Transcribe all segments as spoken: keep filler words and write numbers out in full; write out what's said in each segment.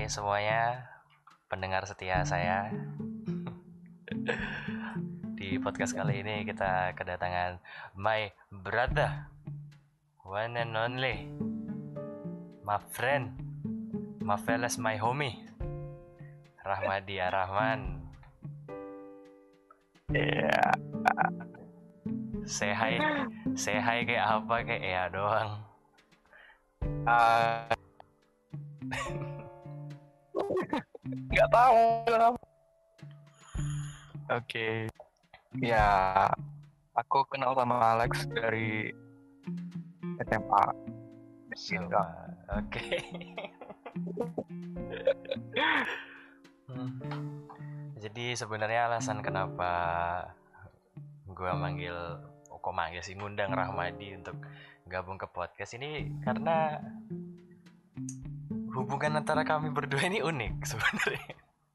semuanya, pendengar setia saya. Di podcast kali ini kita kedatangan my brother, one and only, my friend, my fellas, my homie, Rahmadi Rahman. Iya. Say hi, say hi kayak apa, kayak ya doang. Uh, nggak tahu kenapa. Oke, okay. Ya, aku kenal sama Alex dari S M A. So, Gitu. uh, Oke. Okay. hmm. Jadi sebenarnya alasan kenapa gue manggil, oh kok manggil sih, ngundang Rahmadi untuk gabung ke podcast ini karena hubungan antara kami berdua ini unik sebenarnya.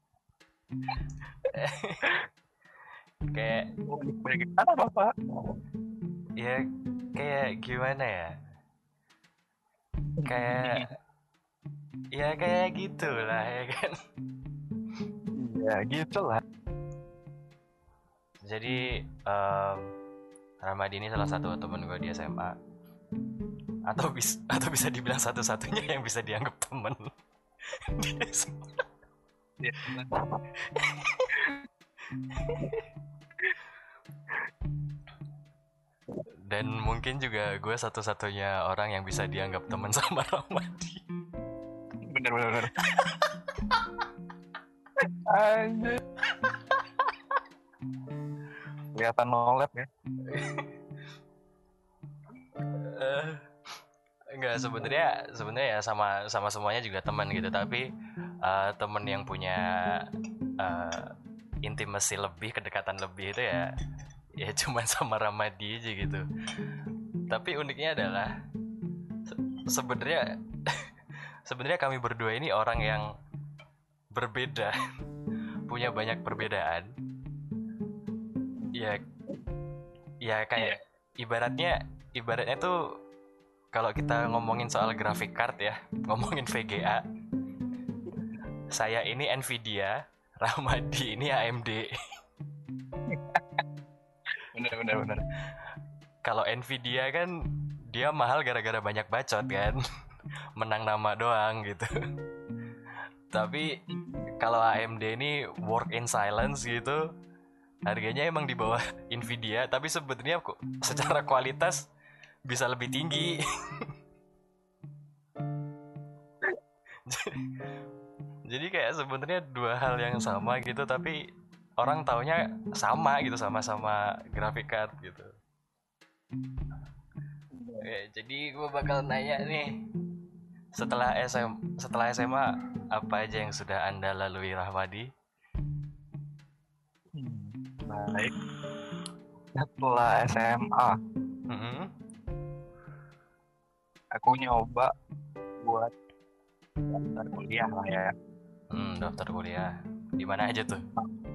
Kayak bagaimana Bapak? Ya kayak gimana ya? Kayak ya kayak gitulah ya kan. Ya gitulah. Jadi um, Rahmadi ini salah satu teman gue di S M A. Atau bis atau bisa dibilang satu-satunya yang bisa dianggap teman di S M A. Ya. Dan mungkin juga gue satu-satunya orang yang bisa dianggap teman sama Rahmadi. Bener-bener. Anjir. Kelihatan nolep ya. uh, enggak sebenarnya sebenarnya ya sama sama semuanya juga teman gitu, tapi uh, teman yang punya uh, intimacy lebih, kedekatan lebih itu ya ya cuman sama Rahmadi aja gitu. Tapi uniknya adalah se- sebenarnya sebenarnya kami berdua ini orang yang berbeda, punya banyak perbedaan. Ya ya kayak ibaratnya ibaratnya tuh kalau kita ngomongin soal graphic card ya, ngomongin V G A. Saya ini Nvidia, Rahmadi ini A M D. Bener bener bener. Kalau Nvidia kan dia mahal gara-gara banyak bacot kan. Menang nama doang gitu. Tapi kalau A M D ini work in silence gitu. Harganya emang di bawah Nvidia, tapi sebetulnya kok secara kualitas bisa lebih tinggi. Jadi kayak sebenarnya dua hal yang sama gitu, tapi orang taunya sama gitu, sama-sama graphic card gitu. Oke, jadi gue bakal nanya nih, setelah S M setelah S M A apa aja yang sudah Anda lalui, Rahmadi? Hmm, baik. Setelah S M A, Mm-hmm. aku nyoba buat daftar kuliah lah ya. Hmm, daftar kuliah. Di mana aja tuh?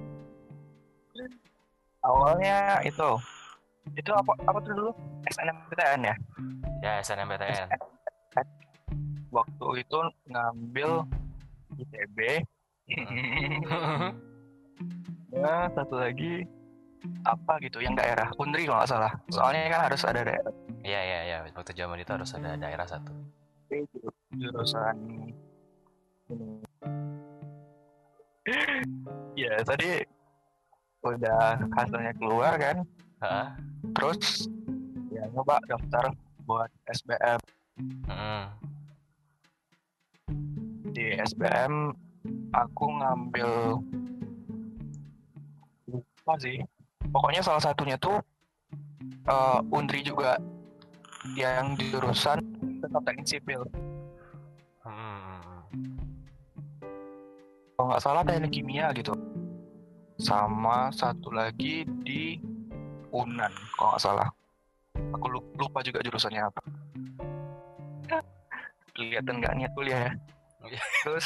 Awalnya itu, itu apa apa tuh dulu? S N M P T N ya? Ya, S N M P T N. Waktu itu ngambil I T B. Ya, satu lagi apa gitu yang daerah Unri kalau nggak salah. Soalnya kan harus ada daerah. Iya, iya, iya. Waktu zaman itu harus ada daerah satu. Jurusan ya tadi udah hasilnya keluar kan. Heeh. Terus ya nyoba daftar buat S B M. Mm-hmm. Di S B M aku ngambil lupa sih. Pokoknya salah satunya tuh uh, Unri juga yang jurusan tetap teknik sipil. Hmm. Kalau nggak salah teknik kimia gitu. Sama satu lagi di Unan kalau nggak salah. Aku lupa juga jurusannya apa. Kelihatan nggak niat kuliah ya. Terus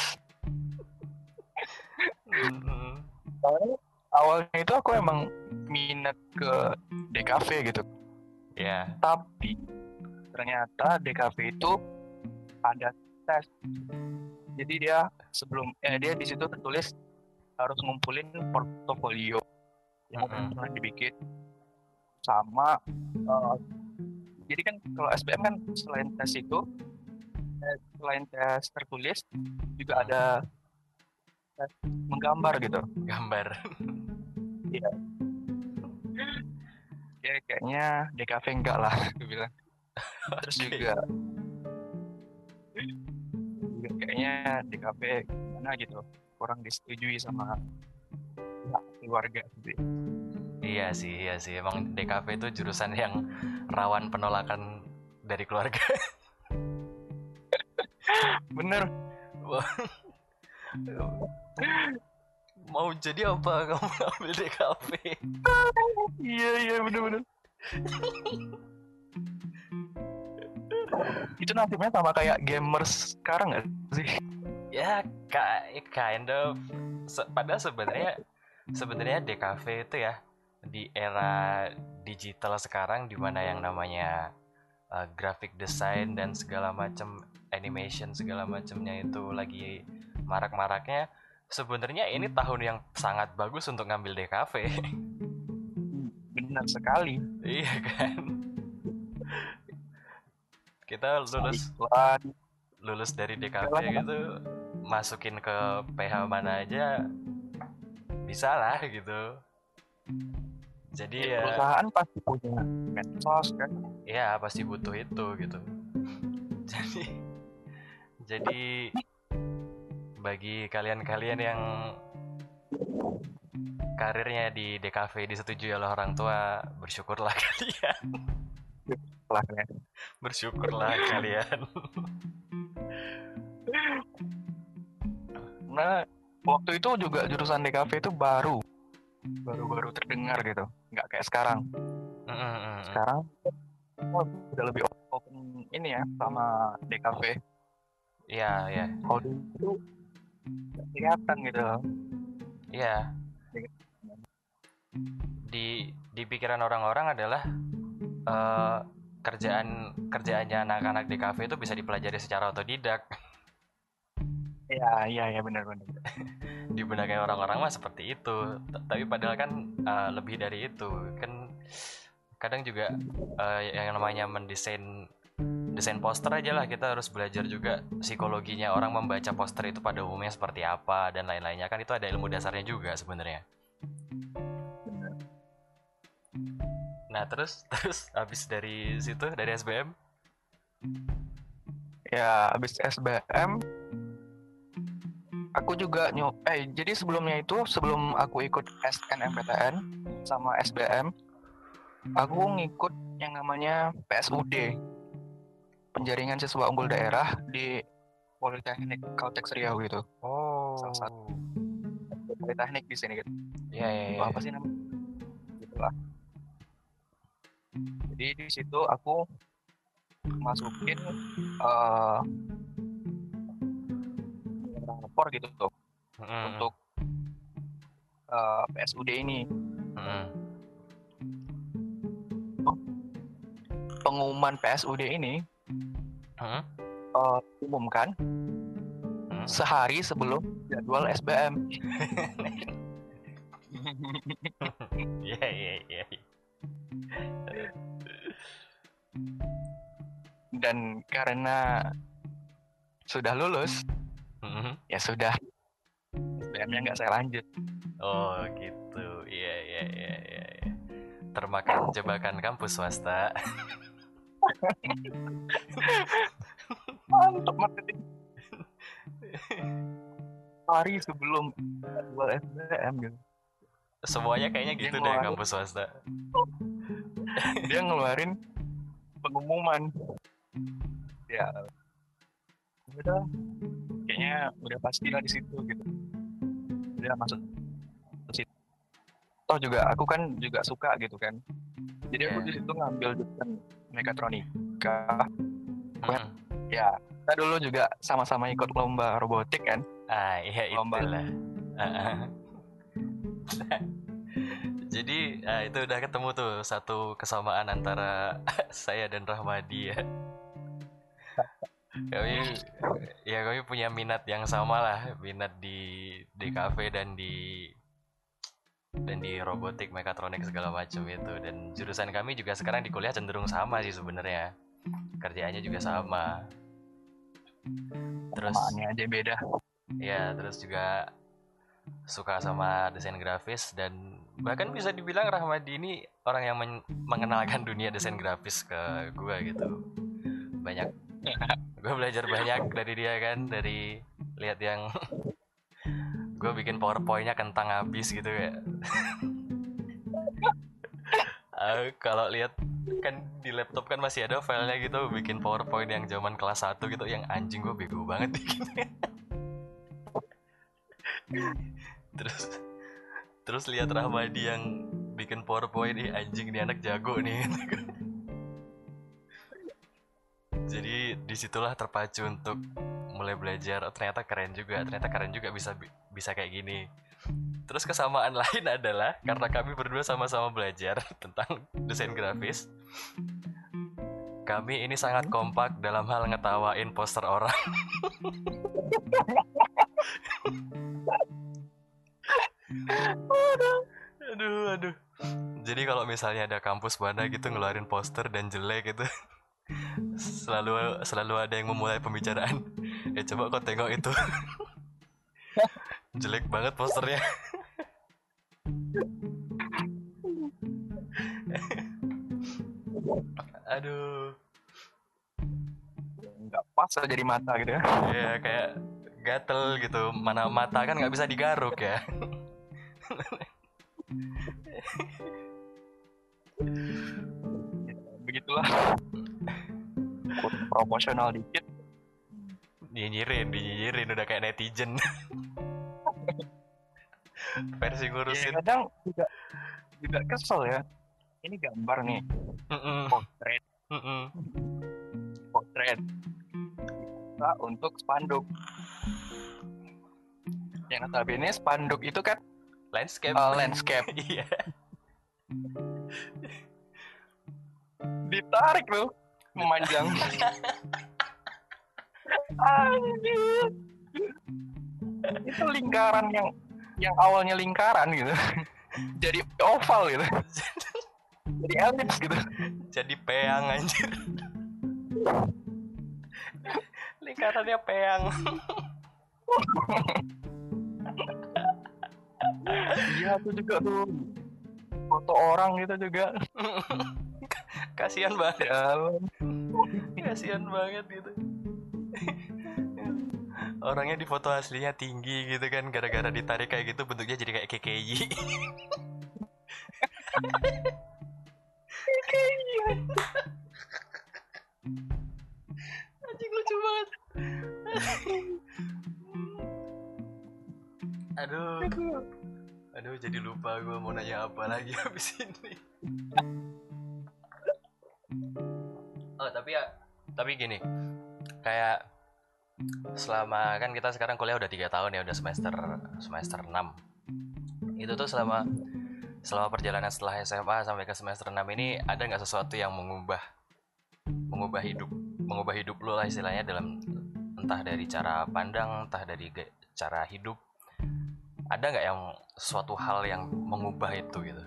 awalnya itu aku emang minat ke D K V gitu. Ya. Yeah. Tapi ternyata D K V itu ada tes. Jadi dia sebelum eh dia di situ tertulis harus ngumpulin portofolio yang Mm-mm. pernah dibikin sama uh, jadi kan kalau S B M kan selain tes itu eh, selain tes tertulis juga Hmm. ada tes menggambar gitu. Gambar. Iya. Ya kayaknya D K V enggak lah gue bilang. Terus Oke. juga juga kayaknya D K V gimana gitu kurang disetujui sama pihak keluarga gitu. Iya sih, iya sih. Emang D K V itu jurusan yang rawan penolakan dari keluarga. Bener. Wah, mau jadi apa kamu ambil D K V? Iya iya bener-bener. Itu nasibnya sama kayak gamers sekarang nggak sih? Ya, ki- kind of. Se- padahal sebenarnya sebenarnya D K V itu ya di era digital sekarang di mana yang namanya uh, graphic design dan segala macam animation segala macamnya itu lagi marak-maraknya. Sebenarnya ini tahun yang sangat bagus untuk ngambil D K V. Benar sekali. Iya kan? Kita lulus Iklan lulus dari D K V segala gitu, masukin ke P H mana aja bisa lah gitu. Jadi ya, perusahaan pasti punya medsos kan. ya pasti butuh itu gitu. Jadi jadi bagi kalian-kalian yang karirnya di D K V disetujui oleh orang tua, bersyukurlah kalian. Lah kan. Bersyukurlah kalian. Nah, waktu itu juga jurusan D K V itu baru baru-baru terdengar gitu. Nggak kayak sekarang. Mm-mm-mm. Sekarang oh, udah lebih open ini ya sama D K V. Iya, iya. Kalau dulu itu nggak kelihatan gitu. Iya. Di di pikiran orang-orang adalah eh, kerjaan kerjaannya anak-anak di kafe itu bisa dipelajari secara otodidak. Iya, iya, iya benar-benar. Di benaknya orang-orang mah seperti itu. T- Tapi padahal kan eh, lebih dari itu. Kan kadang juga eh, yang namanya mendesain desain poster aja lah, kita harus belajar juga psikologinya orang membaca poster itu pada umumnya seperti apa dan lain-lainnya, kan itu ada ilmu dasarnya juga sebenarnya. Nah terus terus habis dari situ, dari S B M, Ya, habis S B M aku juga nyob eh jadi sebelumnya itu sebelum aku ikut S N M P T N sama S B M, aku ngikut yang namanya P S U D, penjaringan siswa unggul daerah di Politeknik Kalteks Riau gitu. oh Salah satu politeknik di sini gitu. ya ya Itu ya, apa sih namanya? Gitulah. Jadi di situ aku masukin uh, rapor gitu tuh Mm-mm. untuk uh, P S U D ini. Mm-mm. Pengumuman P S U D ini Mm-mm. uh, umumkan Mm. sehari sebelum jadwal S B M. Iya iya iya. Dan karena sudah lulus, Mm-mm. ya sudah S B M-nya nggak saya lanjut. Oh gitu, iya iya iya iya. iya. Termakan jebakan kampus swasta. Mantap marketing. Hari sebelum jadwal S B M gitu. Semuanya kayaknya gitu Dia deh ngeluarin- kampus swasta. Dia ngeluarin pengumuman. Ya udah, kayaknya udah pasti lah di situ gitu. Udah masuk ke situ. Toh juga aku kan juga suka gitu kan. Jadi aku Yeah. di situ ngambil jurusan mekatronika. Mm-mm. Ya, kita dulu juga sama-sama ikut lomba robotik kan. Ah iya Lomba. itulah. Ah, ah. Jadi ah, itu udah ketemu tuh satu kesamaan antara saya dan Rahmadi ya. Kami ya kami punya minat yang sama lah, minat di D K V dan di dan di robotik, mekatronik segala macam itu. Dan jurusan kami juga sekarang di kuliah cenderung sama sih sebenarnya, kerjaannya juga sama. Terus Samaannya aja beda. ya, terus juga suka sama desain grafis, dan bahkan bisa dibilang Rahmadi ini orang yang men- mengenalkan dunia desain grafis ke gue gitu. Banyak gue belajar banyak dari dia kan, dari lihat yang gue bikin powerpointnya kentang habis gitu ya. Uh, kalau lihat kan di laptop kan masih ada filenya gitu, bikin powerpoint yang zaman kelas satu gitu, yang anjing gue bego banget bikinnya. terus terus lihat Rahmadi yang bikin powerpoint, ih anjing nih anak jago nih. Jadi disitulah terpacu untuk mulai belajar. Oh, ternyata keren juga, ternyata keren juga bisa bisa kayak gini. Terus kesamaan lain adalah karena kami berdua sama-sama belajar tentang desain grafis, kami ini sangat kompak dalam hal ngetawain poster orang. aduh aduh jadi kalau misalnya ada kampus mana gitu ngeluarin poster dan jelek gitu, selalu selalu ada yang memulai pembicaraan, eh coba kau tengok itu. Jelek banget posternya. Aduh, nggak pas aja di mata gitu ya. ya kayak gatel gitu, mana mata kan nggak bisa digaruk ya. Begitulah, proporsional dikit Nyinyirin, dinyinyirin udah kayak netizen. Versi ngurusin. ya, kadang juga juga kesel ya, ini gambar nih, Mm-mm. potret Mm-mm. potret kita untuk spanduk, yang notabene spanduk itu kan Landscape. uh, landscape. Iya. Ditarik tuh memanjang. Anjir. Itu lingkaran yang yang awalnya lingkaran gitu jadi oval gitu, jadi elips gitu, Jadi peang anjir. Lingkarannya peang. iya tuh juga tuh foto orang gitu juga. Kasihan banget. Ya, Kasihan banget gitu. Orangnya di foto aslinya tinggi gitu kan, gara-gara ditarik kayak gitu bentuknya jadi kayak K K Y. Anjing lucu banget. Aduh. Aduh, jadi lupa gue mau nanya apa lagi habis ini. Oh, tapi ya, tapi gini. Kayak selama kan kita sekarang kuliah udah tiga tahun ya, udah semester semester enam. Itu tuh selama selama perjalanan setelah S M A sampai ke semester enam ini, ada nggak sesuatu yang mengubah mengubah hidup mengubah hidup lo lah istilahnya, dalam entah dari cara pandang, entah dari ge- cara hidup. Ada nggak yang suatu hal yang mengubah itu gitu?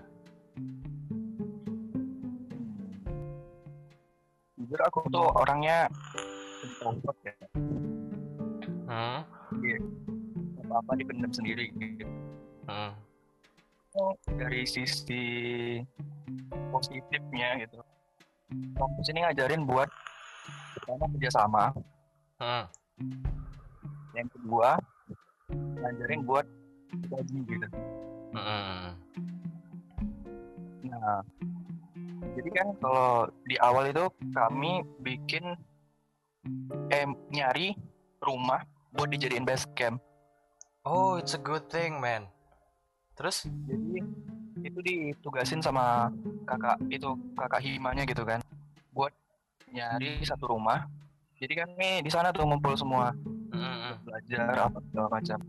jujur aku tuh orangnya introvert ya, Hmm? jadi apa-apa dipendam sendiri gitu. Hmm. Dari sisi positifnya gitu, kampus ini ngajarin buat pertama kerjasama, Hmm. yang kedua ngajarin buat gaji gitu. Hmm. Nah, jadi kan kalau di awal itu kami bikin eh nyari rumah buat dijadiin base camp. Oh, it's a good thing, man. Terus? Jadi itu ditugasin sama kakak itu kakak himanya gitu kan, buat nyari satu rumah. Jadi kan nih di sana tuh ngumpul semua, Hmm. belajar apa segala macam.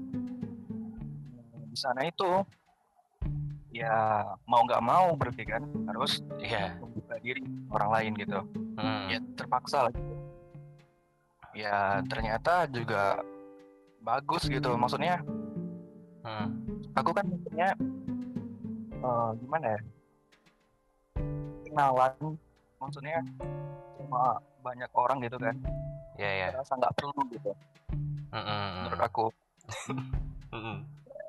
Di sana itu ya mau nggak mau berarti kan harus Iya. membuka diri orang lain gitu. Hmm. Ya terpaksa lah. ya ternyata juga bagus gitu. Maksudnya Hmm. aku kan mikirnya eh, gimana ya, kenalan maksudnya sama banyak orang gitu kan, Ya ya. terasa nggak perlu gitu Mm-mm. menurut aku, Mm-mm.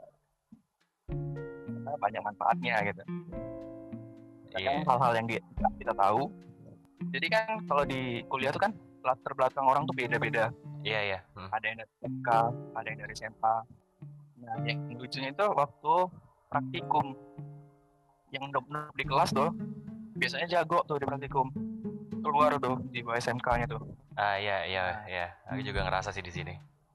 karena banyak manfaatnya gitu. Kadang Iya. hal-hal yang di- nggak kita tahu. Jadi kan kalau di kuliah tuh kan latar belakang orang tuh beda-beda. Iya ya. Hmm. Ada yang dari S M K, ada yang dari S M A. Nah, yang lucunya itu waktu praktikum, yang bener-bener di kelas tuh biasanya jago tuh di praktikum, keluar tuh di bawah S M K-nya tuh. Ah iya iya Nah, iya. Aku juga ngerasa sih di sini.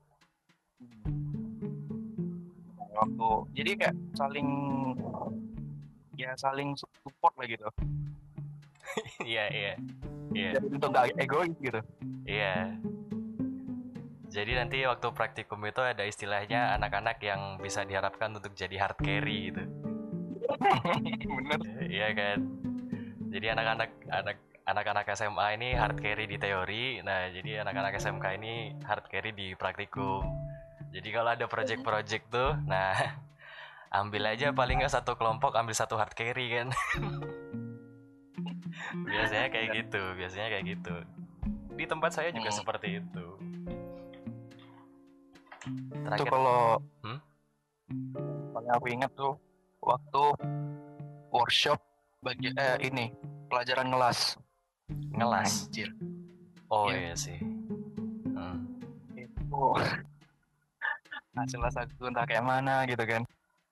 nah, waktu jadi kayak saling ya saling support lah gitu. Iya iya iya Jadi untuk nggak egois gitu. iya. Jadi nanti waktu praktikum itu ada istilahnya anak-anak yang bisa diharapkan untuk jadi hard carry gitu. Bener. Iya kan. Jadi anak-anak anak anak-anak S M A ini hard carry di teori. Nah, jadi anak-anak S M K ini hard carry di praktikum. Jadi kalau ada project-project tuh, nah ambil aja paling nggak satu kelompok ambil satu hard carry kan. Biasanya kayak gitu, biasanya kayak gitu. Di tempat saya juga Hmm. seperti itu. Itu Terakhir, kalau hmm? paling aku ingat tuh waktu workshop bagi eh, ini pelajaran ngelas. Ngelas. Anjir. Oh Iya. iya sih. Hmm. Itu hasil las aku entah kayak mana gitu kan.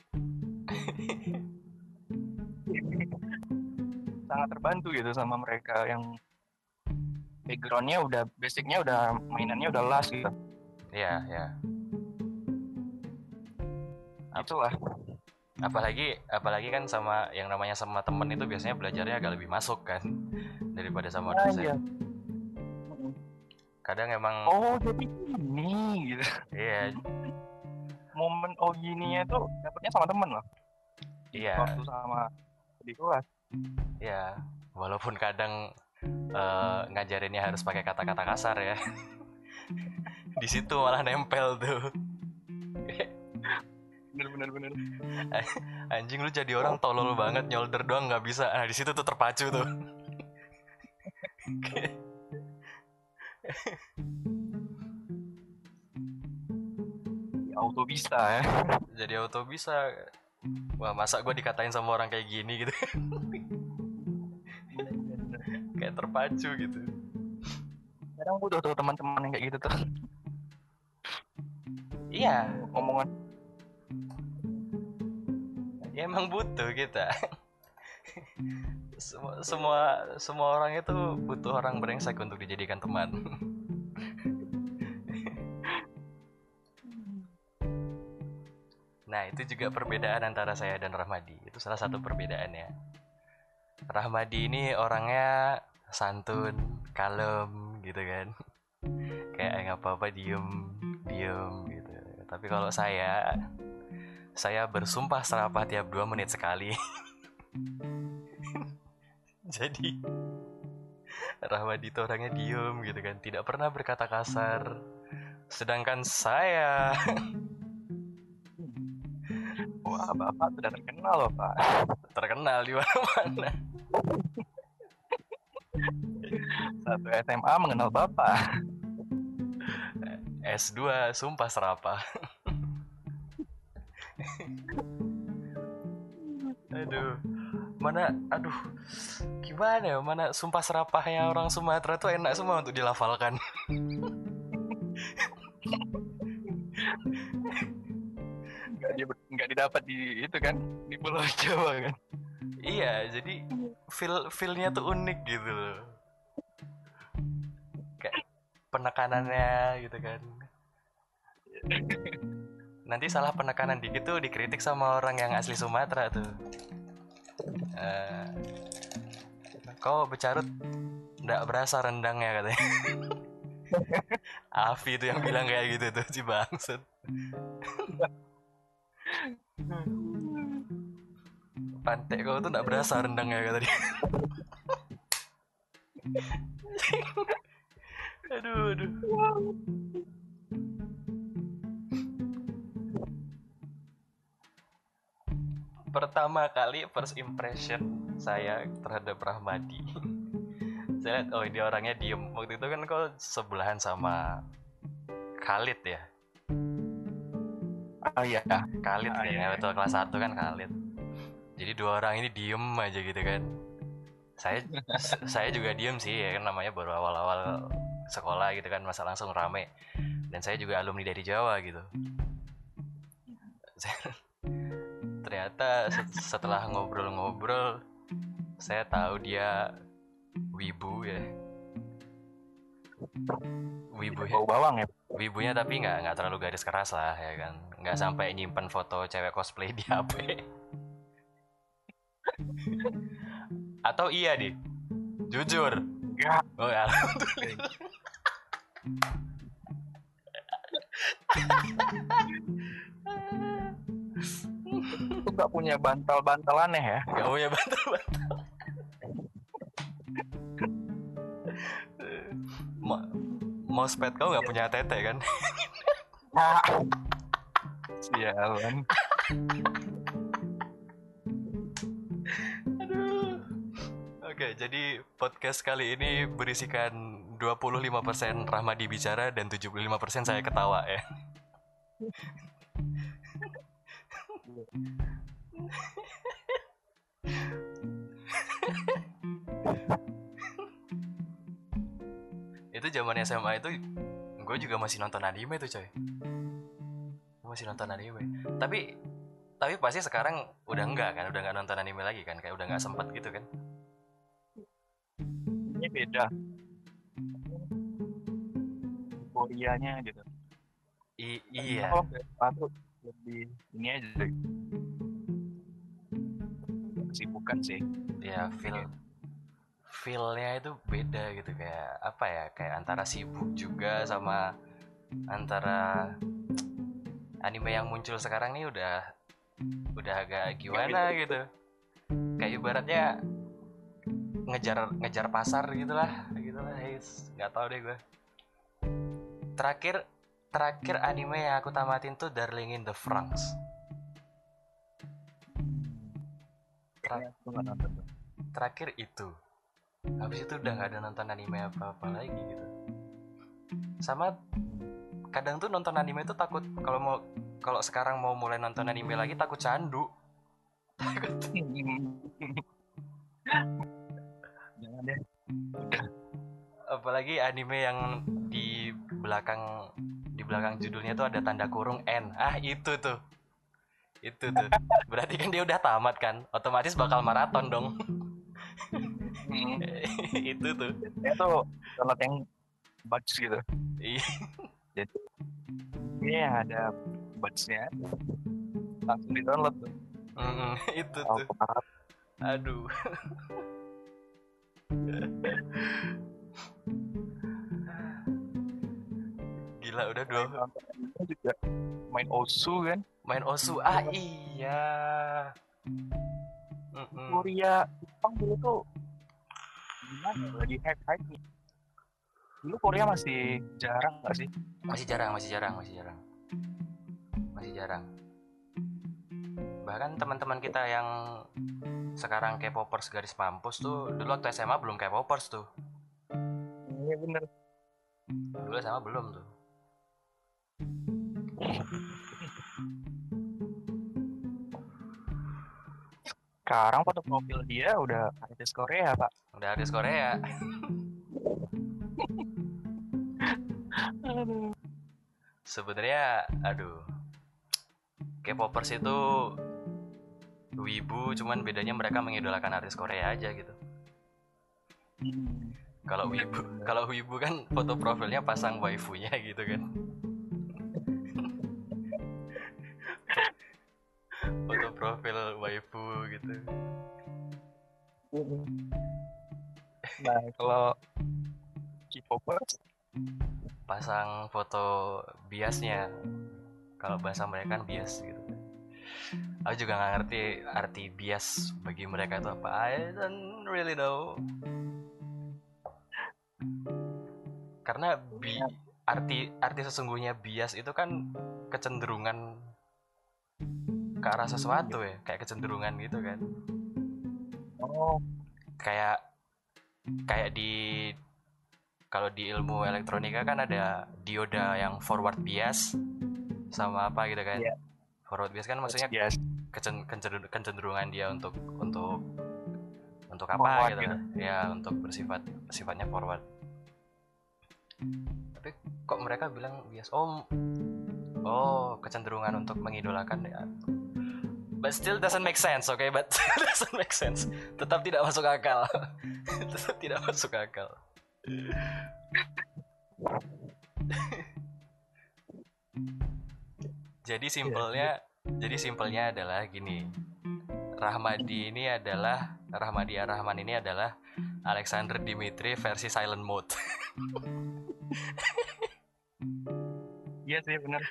Sangat terbantu gitu sama mereka yang backgroundnya udah basicnya udah mainannya udah las gitu. Iya, ya. Itulah. Apalagi apalagi kan sama yang namanya sama temen itu biasanya belajarnya agak lebih masuk kan daripada sama Ah, dosen. iya. Kadang emang Oh jadi ini gitu. iya, Momen oh gininya tuh dapetnya sama temen loh. iya, Waktu sama di kelas. iya. Walaupun kadang eh, ngajarinnya harus pakai kata-kata kasar ya. Di situ malah nempel tuh. Bener bener bener. Anjing lu jadi orang tolol banget, nyolder doang nggak bisa. Nah, di situ tuh terpacu tuh. Ya, auto bisa ya. Jadi auto bisa. Wah, masa gue dikatain sama orang kayak gini gitu. Kayak terpacu gitu. Kadang butuh tuh teman-teman yang kayak gitu tuh. Iya, Omongan ya emang butuh kita. semua semua semua orang itu butuh orang brengsek untuk dijadikan teman. Nah, itu juga perbedaan antara saya dan Rahmadi. Itu salah satu perbedaannya. Rahmadi ini orangnya santun, kalem gitu kan. Kayak nggak apa-apa diem, diem gitu. Tapi kalau saya, saya bersumpah serapah tiap dua menit sekali. Jadi Rahmadi itu orangnya diem gitu kan, tidak pernah berkata kasar. Sedangkan saya, wah bapak sudah terkenal loh pak. terkenal di mana-mana. Satu S M A mengenal bapak. S dua sumpah serapah. Aduh, mana, aduh, gimana ya, mana sumpah serapahnya orang Sumatera tuh enak semua untuk dilafalkan. Nggak, di, nggak didapat di itu kan di Pulau Jawa kan. Iya, jadi feel feelnya tuh unik gitu loh. Kayak penekanannya gitu kan. Nanti salah penekanan dikit tuh dikritik sama orang yang asli Sumatera tuh. Uh, kau bercarut nggak berasa rendangnya katanya. Afi tuh yang bilang kayak gitu tuh, si bangsat. Pantek kau tuh nggak berasa rendangnya kata dia. Aduh, aduh. Pertama kali first impression saya terhadap Rahmadi. Saya lihat, oh ini orangnya diem. Waktu itu kan kau sebelahan sama Khalid ya. Oh iya. Khalid Ah, kayaknya, iya. betul kelas satu kan Khalid. Jadi dua orang ini diem aja gitu kan. Saya saya juga diem sih ya kan, namanya baru awal-awal sekolah gitu kan, masa langsung rame. Dan saya juga alumni dari Jawa gitu. Ternyata setelah ngobrol-ngobrol saya tahu dia wibu ya. Wibu ya. Bau bawang ya. Wibunya tapi nggak nggak terlalu garis keras lah ya kan, nggak sampai nyimpen foto cewek cosplay di H P. Atau iya deh, jujur. Enggak. Oh ya, alhamdulillah. Itu nggak punya bantal-bantal aneh ya. Nggak punya bantal-bantal. Ma- Mousepad kau nggak punya tete kan? Nah. Sialan. Aduh. Oke, jadi podcast kali ini berisikan dua puluh lima persen Rahmadi bicara dan tujuh puluh lima persen saya ketawa ya. Itu zaman S M A itu gue juga masih nonton anime tuh coy. Gue masih nonton anime. Tapi tapi pasti sekarang udah enggak kan, udah nggak nonton anime lagi kan, kayak udah nggak sempet gitu kan. Ini beda. Euforianya gitu. I- iya. Kalau sepatu lebih ini aja. Kesibukan sih. Ya feel feelnya itu beda gitu, kayak apa ya, kayak antara sibuk juga sama antara anime yang muncul sekarang nih udah udah agak gimana gitu, kayak ibaratnya ngejar ngejar pasar gitulah gitulah guys, nggak tahu deh gue. Terakhir terakhir anime yang aku tamatin tuh Darling in the Franxx. Ter- terakhir itu, habis itu udah nggak ada nonton anime apa-apa lagi gitu. Sama kadang tuh nonton anime tuh takut, kalau mau kalau sekarang mau mulai nonton anime lagi takut candu. Takut. Jangan deh. Udah. Apalagi anime yang di belakang di belakang judulnya tuh ada tanda kurung N. Ah, itu tuh. Itu tuh. Berarti kan dia udah tamat kan? Otomatis bakal maraton dong. Itu tuh. Itu download yang buds gitu. Iya. Jadi ini ada budsnya, langsung di download tuh. Mm-mm, itu Oh, tuh. Aduh. Gila udah dua. Juga main Osu kan? Main Osu. Ah iya. Mm-mm. Korea Jepang dulu tuh gimana? Lagi hype-hype nih. Dulu Korea masih jarang nggak sih? Masih jarang, masih jarang, masih jarang. Masih jarang. Bahkan teman-teman kita yang sekarang K-popers garis mampus tuh dulu waktu S M A belum K-popers tuh. Iya bener. Dulu S M A belum tuh. Sekarang foto profil dia udah artis Korea, Pak. Udah artis Korea. Sebenarnya aduh, K-popers itu wibu, cuman bedanya mereka mengidolakan artis Korea aja gitu. Hmm. Kalau wibu, kalau wibu kan foto profilnya pasang waifunya gitu kan. Foto profil waifu gitu. Nah, kalau K-popers pasang foto biasnya. Kalau bahasa mereka kan bias gitu. Aku juga nggak ngerti arti bias bagi mereka itu apa. I don't really know. Karena bi arti arti sesungguhnya bias itu kan kecenderungan ke arah sesuatu ya, kayak kecenderungan gitu kan. Oh, Kayak kayak di kalau di ilmu elektronika kan ada dioda yang forward bias sama apa gitu kan. iya. Forward bias kan maksudnya Yes. kecen- kecenderung- kecenderungan dia untuk untuk untuk apa Forward gitu gitu. ya, untuk bersifat sifatnya forward. Tapi kok mereka bilang bias, oh oh kecenderungan untuk mengidolakan ya. But still doesn't make sense, okay? But doesn't make sense. Tetap tidak masuk akal. Tetap tidak masuk akal. Jadi simpelnya, jadi simpelnya adalah gini. Rahmadi ini adalah Rahmadi Ar-Rahman ini adalah Alexander Dimitri versi silent mode. Iya sih benar.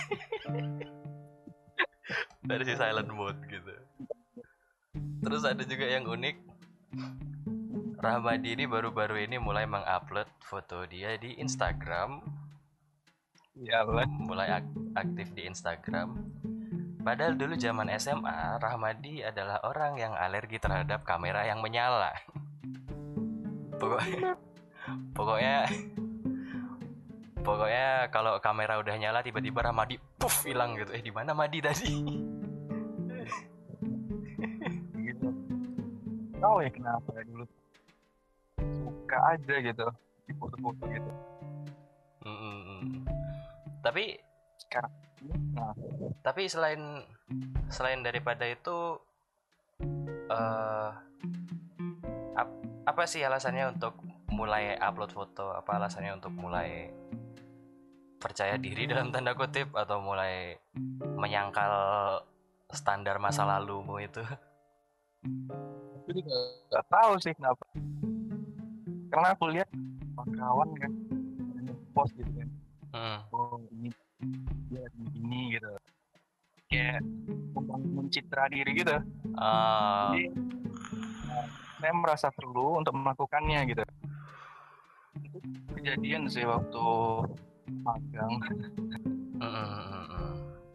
Versi silent mode gitu. Terus ada juga yang unik. Rahmadi ini baru-baru ini mulai mengupload foto dia di Instagram. Iya lah. Mulai ak- aktif di Instagram. Padahal dulu zaman S M A, Rahmadi adalah orang yang alergi terhadap kamera yang menyala. Pokoknya, pokoknya, pokoknya kalau kamera udah nyala tiba-tiba Rahmadi puff hilang gitu. Eh di mana Madi tadi? Gitu. Tahu ya kenapa ya dulu suka aja gitu di foto-foto gitu. Mm-mm. Tapi Sekarang, nah, tapi selain selain daripada itu, eh ap- apa sih alasannya untuk mulai upload foto? Apa alasannya untuk mulai percaya diri dalam tanda kutip atau mulai menyangkal standar masa lalumu itu? aku juga nggak tahu sih kenapa. Karena aku lihat kawan kan post gitu kan. Hmm. Oh ini dia lagi ini gitu. Kayak membangun citra diri gitu. Ah, Jadi nah, saya merasa perlu untuk melakukannya gitu. Itu kejadian sih waktu magang. mm, mm, mm, mm.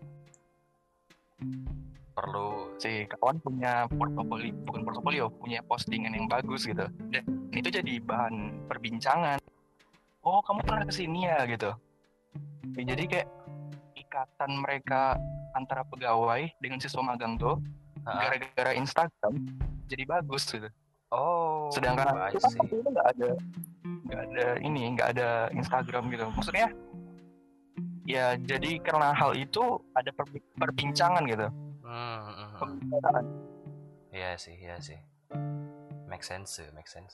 Perlu Si kawan punya portofolio, bukan portofolio, punya postingan yang bagus gitu. Dan itu jadi bahan perbincangan. Oh kamu pernah kesini ya gitu. Ya, jadi kayak ikatan mereka antara pegawai dengan siswa magang tuh ah, gara-gara Instagram jadi bagus gitu. oh, Sedangkan I aku kan see. waktu itu nggak ada nggak ada ini nggak ada Instagram gitu. Maksudnya ya jadi karena hal itu ada perbi- perbincangan gitu. Hmm, mm, mm. Pembicaraan. Iya sih, iya sih. Make sense, make sense.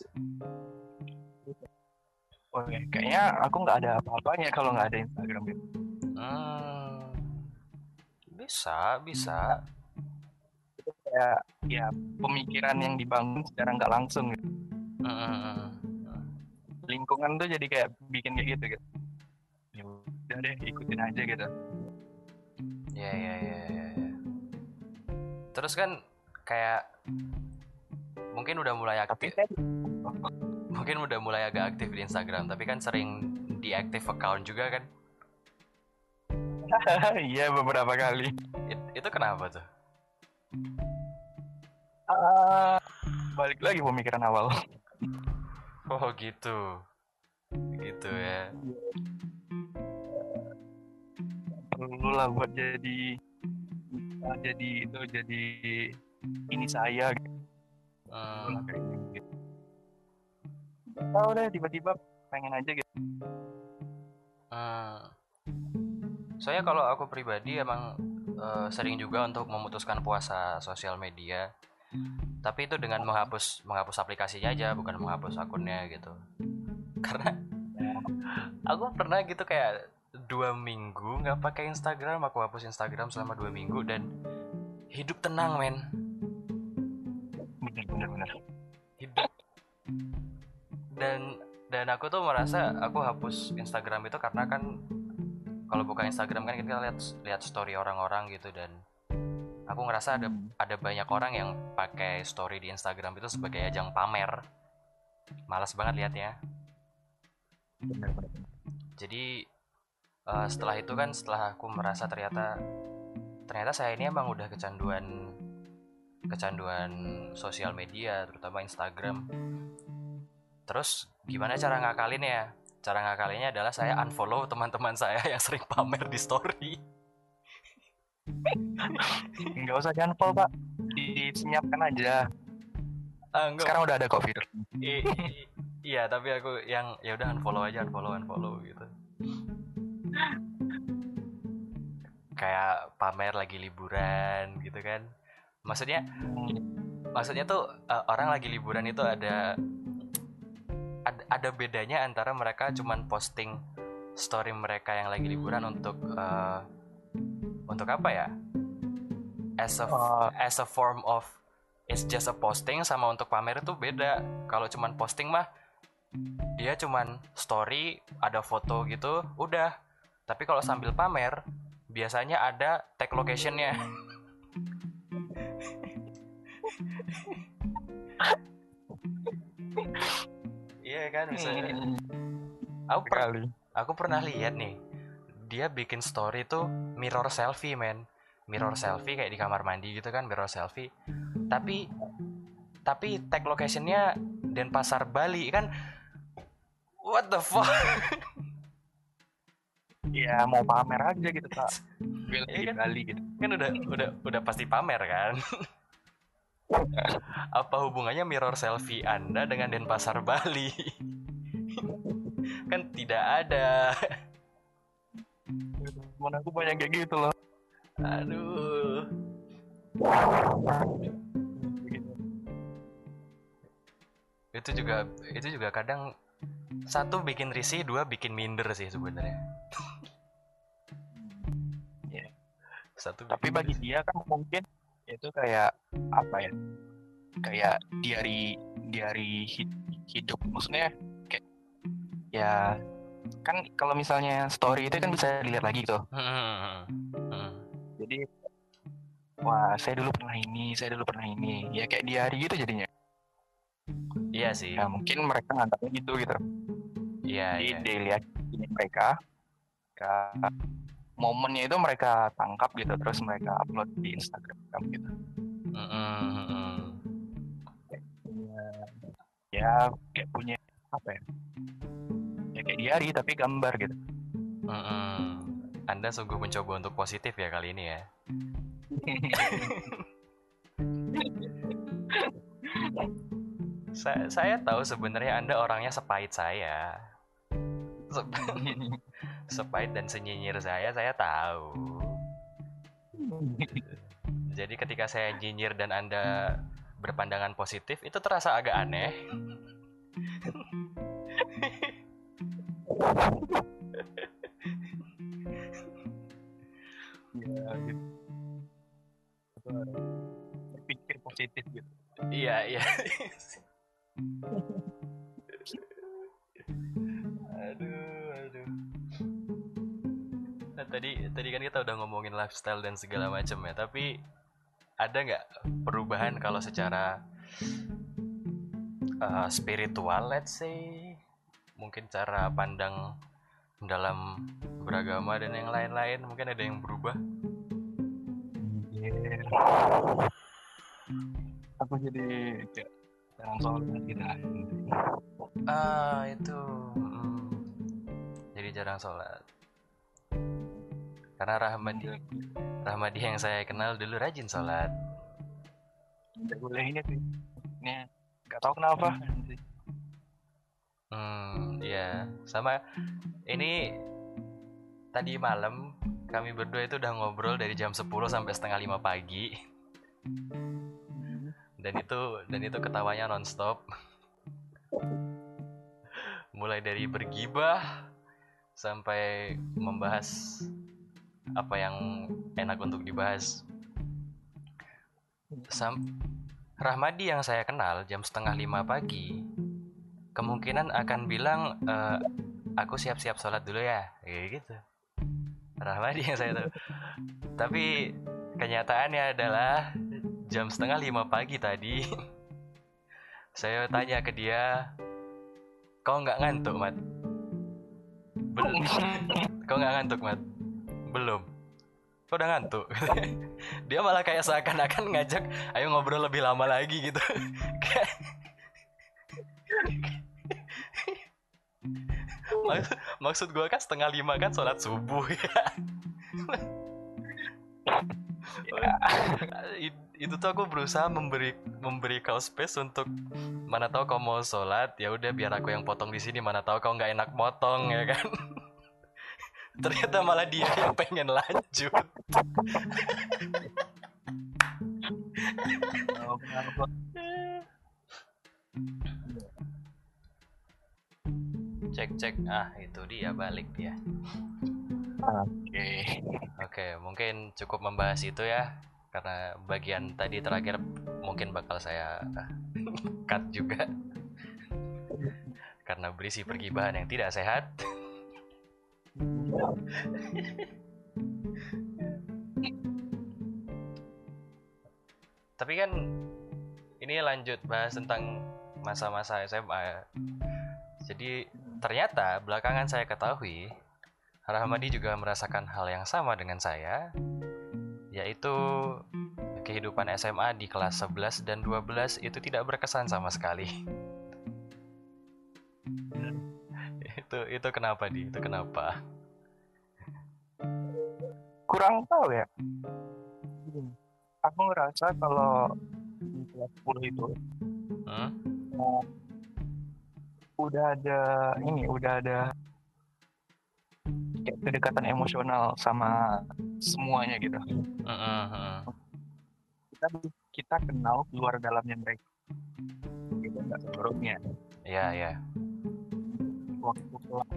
Oh, ya, kayaknya aku nggak ada apa-apanya kalau nggak ada Instagram gitu. Hmm, bisa, bisa. Itu kayak ya pemikiran yang dibangun secara nggak langsung gitu. Mm, mm, mm. Lingkungan tuh jadi kayak bikin kayak gitu gitu. Ya udah deh ikutin aja gitu. Ya, ya, ya, ya, ya. Terus kan kayak mungkin udah mulai Tapi aktif, saya mungkin udah mulai agak aktif di Instagram, tapi kan sering deactive account juga kan? iya beberapa kali. It- itu kenapa tuh? Ah, balik lagi pemikiran awal. Oh gitu, gitu ya. Perlu lah buat jadi ah, jadi itu jadi ini saya gitu. Hmm, Kayak gitu. Tahu deh tiba-tiba pengen aja gitu. hmm. Soalnya kalau aku pribadi emang eh, sering juga untuk memutuskan puasa sosial media, tapi itu dengan menghapus menghapus aplikasinya aja, bukan menghapus akunnya gitu. Karena aku pernah gitu kayak dua minggu nggak pakai Instagram, aku hapus Instagram selama dua minggu dan hidup tenang men, Bener bener bener. hidup. Dan dan aku tuh merasa aku hapus Instagram itu karena kan kalau buka Instagram kan kita lihat lihat story orang-orang gitu, dan aku ngerasa ada ada banyak orang yang pakai story di Instagram itu sebagai ajang pamer. Malas banget liatnya. Benar-benar. Jadi uh, setelah itu kan, setelah aku merasa ternyata ternyata saya ini emang udah kecanduan kecanduan sosial media, terutama Instagram. Terus gimana cara ngakalinnya? Cara ngakalinnya adalah saya unfollow teman-teman saya yang sering pamer di story. Nggak usah di-unfollow, Pak. Disenyapkan aja. Ah, enggak. Sekarang udah ada kok fitur. I- i- iya, tapi aku yang ya udah unfollow aja, unfollow, unfollow gitu. Kayak pamer lagi liburan gitu kan. Maksudnya maksudnya tuh uh, orang lagi liburan itu ada ada, ada bedanya antara mereka cuman posting story mereka yang lagi liburan untuk uh, untuk apa ya? As a Uh, as a form of it's just a posting, sama untuk pamer itu beda. Kalau cuman posting mah dia cuman story, ada foto gitu, udah. Tapi kalau sambil pamer biasanya ada tag locationnya. Iya kan, misalnya aku per aku pernah lihat nih, dia bikin story tuh mirror selfie, men. Mirror selfie kayak di kamar mandi gitu kan, mirror selfie. Tapi tapi tag locationnya Denpasar, Bali kan. What the fuck? Ya mau pamer aja gitu, Pak. Gue lagi Iya di kan? Bali gitu. Kan udah udah udah pasti pamer kan. Apa hubungannya mirror selfie Anda dengan Denpasar, Bali? Kan tidak ada. Temen aku banyak kayak gitu loh. Aduh. Itu juga itu juga kadang, satu bikin risih, dua bikin minder sih sebenarnya. Yeah. Satu Tapi bagi risih. dia kan mungkin itu kayak apa ya? Kayak diary diary hidup, maksudnya kayak ya kan kalau misalnya story itu kan bisa dilihat lagi tuh. Hmm. Hmm. Jadi wah, saya dulu pernah ini, saya dulu pernah ini. Ya kayak diary gitu jadinya. Iya sih. Ya mungkin mereka nganggapnya gitu gitu. Iya, Jadi iya. dilihat ini mereka, mereka momennya itu mereka tangkap gitu, terus mereka upload di Instagram gitu. Mm-mm. Ya, ya kayak punya apa ya? Ya kayak diary tapi gambar gitu. Mm-mm. Anda sungguh mencoba untuk positif ya kali ini ya. Sa- saya tahu sebenarnya Anda orangnya sepahit saya. Sep- sepahit dan senyinyir saya, saya tahu. Jadi ketika saya nyinyir dan Anda berpandangan positif, itu terasa agak aneh. Ya gitu. Berpikir positif gitu. Iya, iya. Aduh, aduh. Nah, tadi tadi kan kita udah ngomongin lifestyle dan segala macam ya, tapi ada nggak perubahan kalau secara uh, spiritual, let's say, mungkin cara pandang dalam beragama dan yang lain-lain, mungkin ada yang berubah? Yeah. Aku jadi kayak jarang sholat gitu. Ah, itu. Mm. Jadi jarang sholat. Karena Rahmadi, Rahmadi yang saya kenal dulu rajin sholat. Tidak boleh ini sih. Ini nggak tahu kenapa. Hmm, iya. Sama ini tadi malam kami berdua itu udah ngobrol dari jam sepuluh sampai setengah lima pagi. Dan itu dan itu ketawanya nonstop. Mulai dari bergibah sampai membahas apa yang enak untuk dibahas. Sam Rahmadi yang saya kenal jam setengah lima pagi kemungkinan akan bilang, e, aku siap-siap sholat dulu ya, kayak gitu. Rahmadi yang saya tahu. Tapi kenyataannya adalah jam setengah lima pagi tadi saya tanya ke dia, kau nggak ngantuk, Mat? Belum. Kau nggak ngantuk, Mat? Belum. Kau udah ngantuk. Dia malah kayak seakan-akan ngajak, ayo ngobrol lebih lama lagi gitu. Maksud, maksud gue kan setengah lima kan sholat subuh ya. Ya, Itu tuh aku berusaha memberi memberi kau space untuk mana tahu kau mau sholat, ya udah biar aku yang potong di sini, mana tahu kau nggak enak potong ya kan. Ternyata malah dia yang pengen lanjut. oh, kenapa? Cek cek, ah itu dia balik dia. Oke. Oke, mungkin cukup membahas itu ya, karena bagian tadi terakhir mungkin bakal saya cut juga karena berisi pergibahan yang tidak sehat. Tapi kan ini lanjut bahas tentang masa-masa S M A. Jadi ternyata belakangan saya ketahui Rahmadi juga merasakan hal yang sama dengan saya, yaitu kehidupan S M A di kelas sebelas dan dua belas itu tidak berkesan sama sekali. itu itu kenapa di? Itu kenapa? Kurang tahu ya. Aku ngerasa kalau di kelas sepuluh itu Hmm? uh, udah ada ini, udah ada kayak kedekatan emosional sama semuanya gitu. Mm-mm. Kita kita kenal luar dalamnya mereka. Itu enggak seluruhnya. Iya, iya. Waktu kelas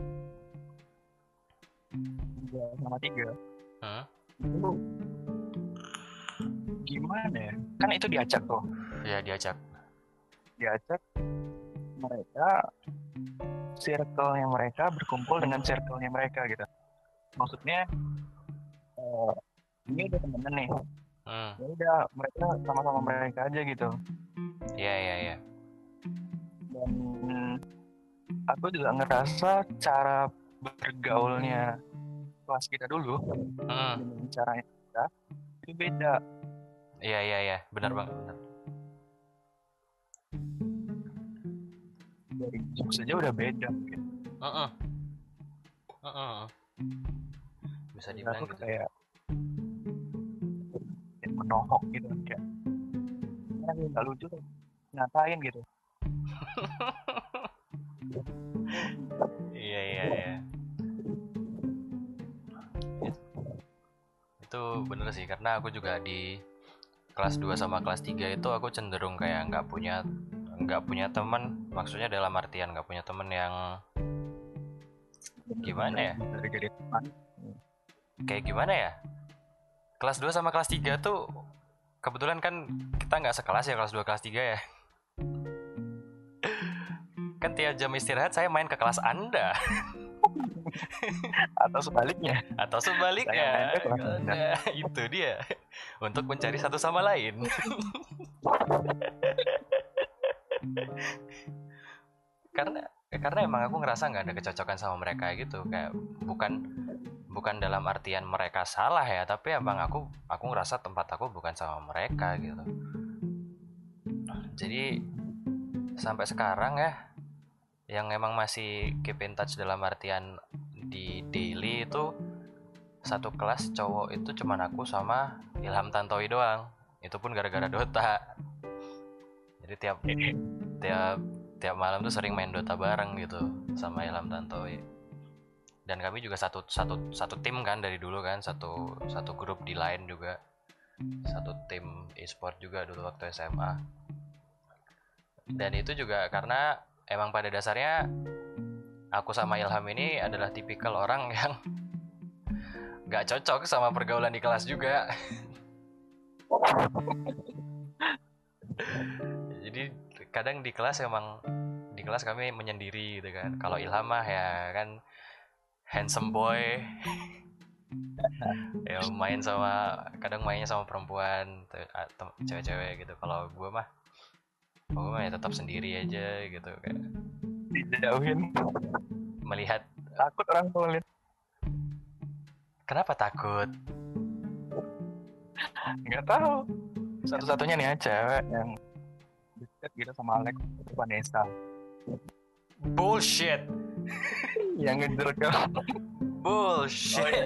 tiga sama tiga Hmm? itu gimana ya? Kan itu diacak tuh. Ya diajak. Diacak mereka, circle-nya mereka berkumpul dengan circle-nya mereka gitu. Maksudnya uh, ini udah temenan nih. Hmm. Ya udah mereka sama-sama mereka aja gitu. Iya, iya, iya. Dan aku juga ngerasa cara bergaulnya kelas kita dulu Hmm. dengan caranya kita itu beda. Iya, iya, iya. Benar banget, benar. Dari jokes saja udah beda gitu. Heeh. Heeh. Bisa Dan dibilang aku gitu. kayak kayak menohok gitu kan, kayak "Ah, ini nggak lucu tuh, ngapain gitu." Iya, iya, iya. Itu bener sih, karena aku juga di kelas dua sama kelas tiga itu aku cenderung kayak nggak punya nggak punya teman, maksudnya dalam artian nggak punya teman yang gimana ya? Dari jadi teman. Kayak gimana ya? Kelas dua sama kelas tiga tuh kebetulan kan kita nggak sekelas ya, kelas dua kelas tiga ya. Kan tiap jam istirahat saya main ke kelas Anda. Atau sebaliknya. Atau sebaliknya. Nah, itu dia. Untuk mencari satu sama lain. karena karena emang aku ngerasa nggak ada kecocokan sama mereka gitu, kayak bukan bukan dalam artian mereka salah ya, tapi emang aku aku ngerasa tempat aku bukan sama mereka gitu. Jadi sampai sekarang ya yang emang masih keep in touch dalam artian di daily itu satu kelas cowok itu cuman aku sama Ilham Tantowi doang. Itu pun gara-gara Dota. Jadi tiap tiap tiap malam tuh sering main Dota bareng gitu sama Ilham Tantowi. Dan kami juga satu satu satu tim kan dari dulu kan, satu satu grup di Line juga. Satu tim e-sport juga dulu waktu S M A. Dan itu juga karena emang pada dasarnya aku sama Ilham ini adalah tipikal orang yang gak cocok sama pergaulan di kelas juga. Jadi kadang di kelas emang di kelas kami menyendiri gitu kan. Kalau Ilham mah ya kan handsome boy. Ya main sama, kadang mainnya sama perempuan, cewek-cewek gitu. Kalau gue mah gue mah ya tetap sendiri aja gitu, kayak Dijauhin. melihat Takut orang tua lihat. Kenapa takut? Nggak tahu. Satu-satunya nih cewek yang deket gitu sama Alex itu Vanessa. Bullshit. Yang ngejer kamu. Bullshit. Oh, iya.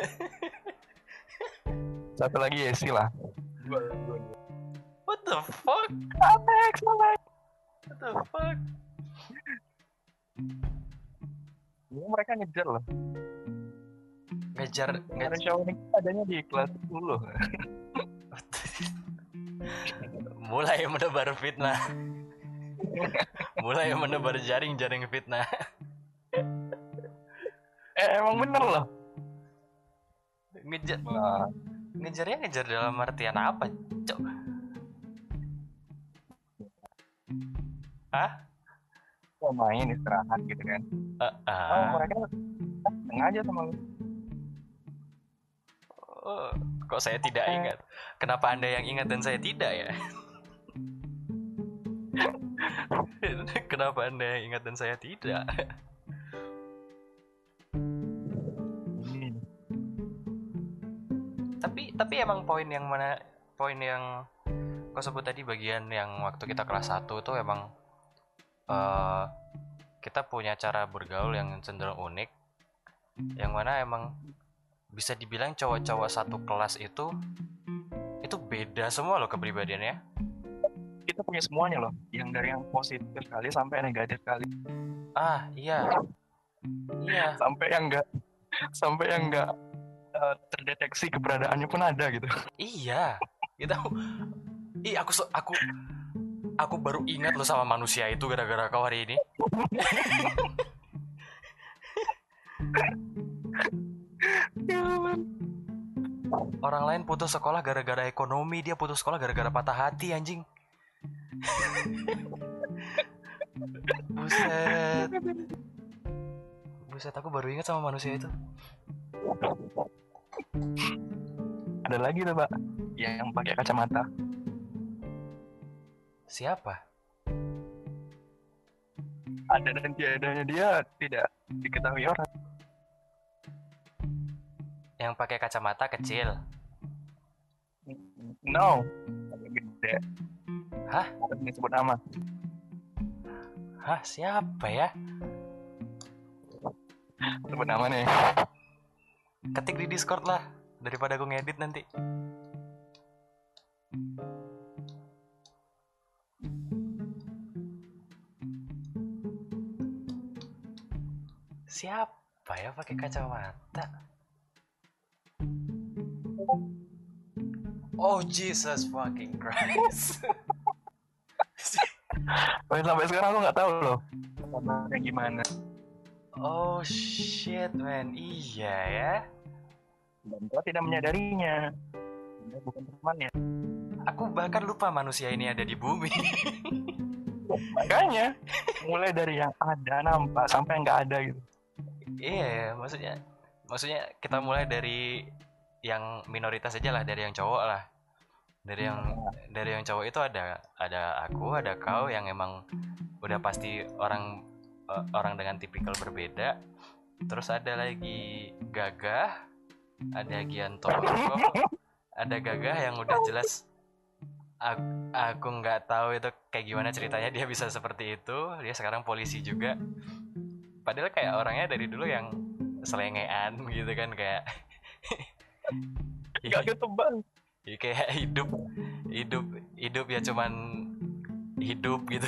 Satu lagi Yesi lah. Dua, dua, dua. What the fuck? Alex, Alex. What the fuck? Ya, mereka ngejar loh. Ngejar, Ngejar ngejar. show ini adanya di kelas sepuluh. Mulai menebar fitnah. Mulai menebar jaring-jaring fitnah. Eh emang bener loh. Ngejar, Wah. ngejarnya ngejar dalam artian apa, Cok? Hah? Mau main istirahat gitu kan. Uh, uh. Oh mereka sengaja sama lu. Oh, kok saya tidak ingat? Kenapa Anda yang ingat dan saya tidak ya? Kenapa Anda yang ingat dan saya tidak? Hmm. Tapi tapi emang poin yang mana poin yang kau sebut tadi bagian yang waktu kita kelas satu tuh emang uh, kita punya cara bergaul yang cenderung unik, yang mana emang bisa dibilang cowok-cowok satu kelas itu itu beda semua loh kepribadiannya. Kita punya semuanya loh, yang dari yang positif sekali sampai negatif sekali. Ah iya, iya. Sampai yang enggak, sampai yang enggak uh, terdeteksi keberadaannya pun ada gitu. Iya, kita. Ih aku aku aku baru ingat loh sama manusia itu gara-gara kau hari ini. Orang lain putus sekolah gara-gara ekonomi, dia putus sekolah gara-gara patah hati anjing. Buset. Buset, aku baru ingat sama manusia itu. Ada lagi tuh Pak, yang pakai kacamata. Siapa? Ada dan tiadanya dia tidak diketahui orang. Yang pakai kacamata kecil. No, agak gede. Hah? Harus disebut nama. Hah, siapa ya? Sebut nama nih. Ketik di Discord lah, daripada aku ngedit nanti. Siapa ya pakai kacamata? Oh Jesus fucking Christ. Sampai sekarang aku nggak tahu loh kabarnya gimana. Oh shit man, iya ya. Dan kau tidak menyadarinya. Anda bukan temannya. Aku bahkan lupa manusia ini ada di bumi. Makanya mulai dari yang ada nampak sampai nggak ada gitu. Iya ya, maksudnya maksudnya kita mulai dari yang minoritas aja lah, dari yang cowok lah. Dari yang dari yang cowok itu ada ada aku, ada kau yang emang udah pasti orang uh, orang dengan tipikal berbeda. Terus ada lagi Gagah, ada Giantoro, ada Gagah yang udah jelas aku, aku nggak tahu itu kayak gimana ceritanya dia bisa seperti itu. Dia sekarang polisi juga. Padahal kayak orangnya dari dulu yang selengean gitu kan, kayak Gak ketebak. ya, kayak hidup hidup hidup ya cuman hidup gitu.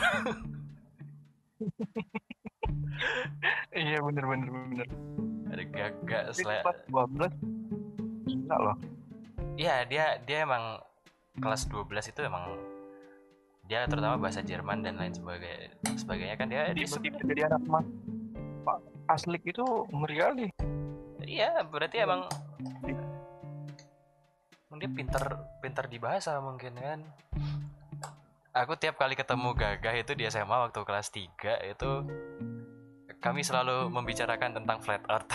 Iya bener bener bener. Ada Gagak Tapi sel- kelas dua belas gila loh. Iya, dia dia emang kelas dua belas itu emang dia terutama bahasa Jerman dan lain sebagainya sebagainya kan dia dia Tiba-tiba jadi anak mas Pak Aslik itu ngeri kali. iya berarti emang emang dia pinter pinter di bahasa mungkin kan. Aku tiap kali ketemu Gagah itu di S M A waktu kelas tiga itu kami selalu membicarakan tentang flat earth.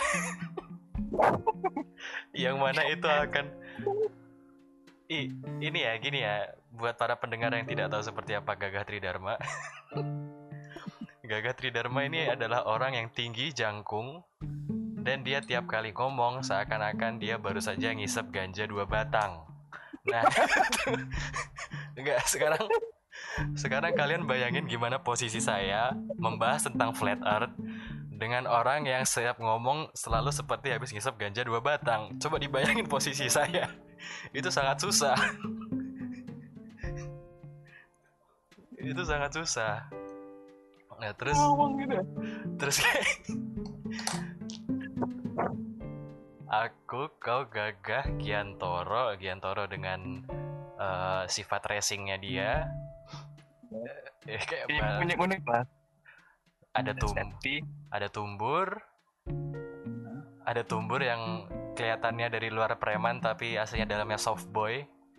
Yang mana itu akan I, ini ya gini ya buat para pendengar yang tidak tahu seperti apa Gagah Tridharma. Gaga Tridharma ini adalah orang yang tinggi jangkung dan dia tiap kali ngomong seakan-akan dia baru saja ngisep ganja dua batang. Nah, enggak sekarang sekarang kalian bayangin gimana posisi saya membahas tentang flat earth dengan orang yang setiap ngomong selalu seperti habis ngisep ganja dua batang. Coba dibayangin posisi saya. Itu sangat susah. Itu sangat susah. Nah, terus ngomong gitu. terus aku, kau, Gagah, Giantoro, Giantoro dengan uh, sifat racingnya dia. Eh, kayak Ini apa? unik-unik lah. Ada tum, Safety. ada tumbur, ada tumbur yang kelihatannya dari luar preman tapi aslinya dalamnya soft boy.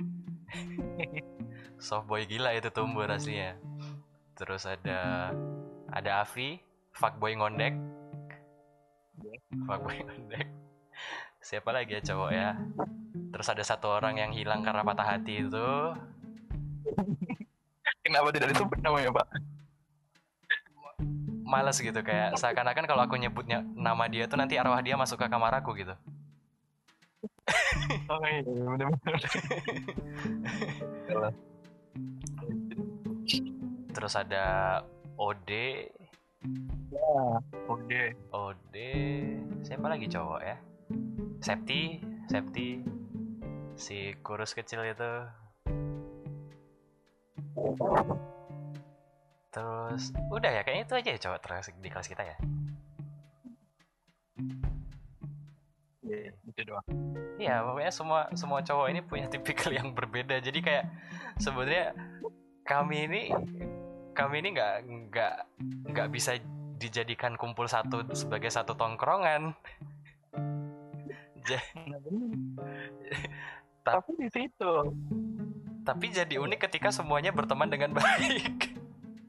Soft boy gila itu tumbur aslinya. Terus ada ada Avi, fuckboy ngondek. Fuckboy ngondek. Siapa lagi ya cowok ya? Terus ada satu orang yang hilang karena patah hati itu. Kenapa tidak disebut namanya, Pak? Males gitu, kayak seakan-akan kalau aku nyebutnya nama dia tuh nanti arwah dia masuk ke kamar aku gitu. Oh iya, benar-benar. Terus ada Ode. Ya, Ode. Ode. Siapa lagi cowok ya? Septi, Septi. Si kurus kecil itu. Terus udah ya, kayaknya itu aja ya cowok terus di kelas kita ya. Iya, itu doang. Iya, pokoknya semua semua cowok ini punya tipikal yang berbeda. Jadi kayak sebenarnya kami ini kami ini nggak nggak nggak bisa dijadikan kumpul satu sebagai satu tongkrongan. Nah, tapi di situ. Tapi jadi unik ketika semuanya berteman dengan baik.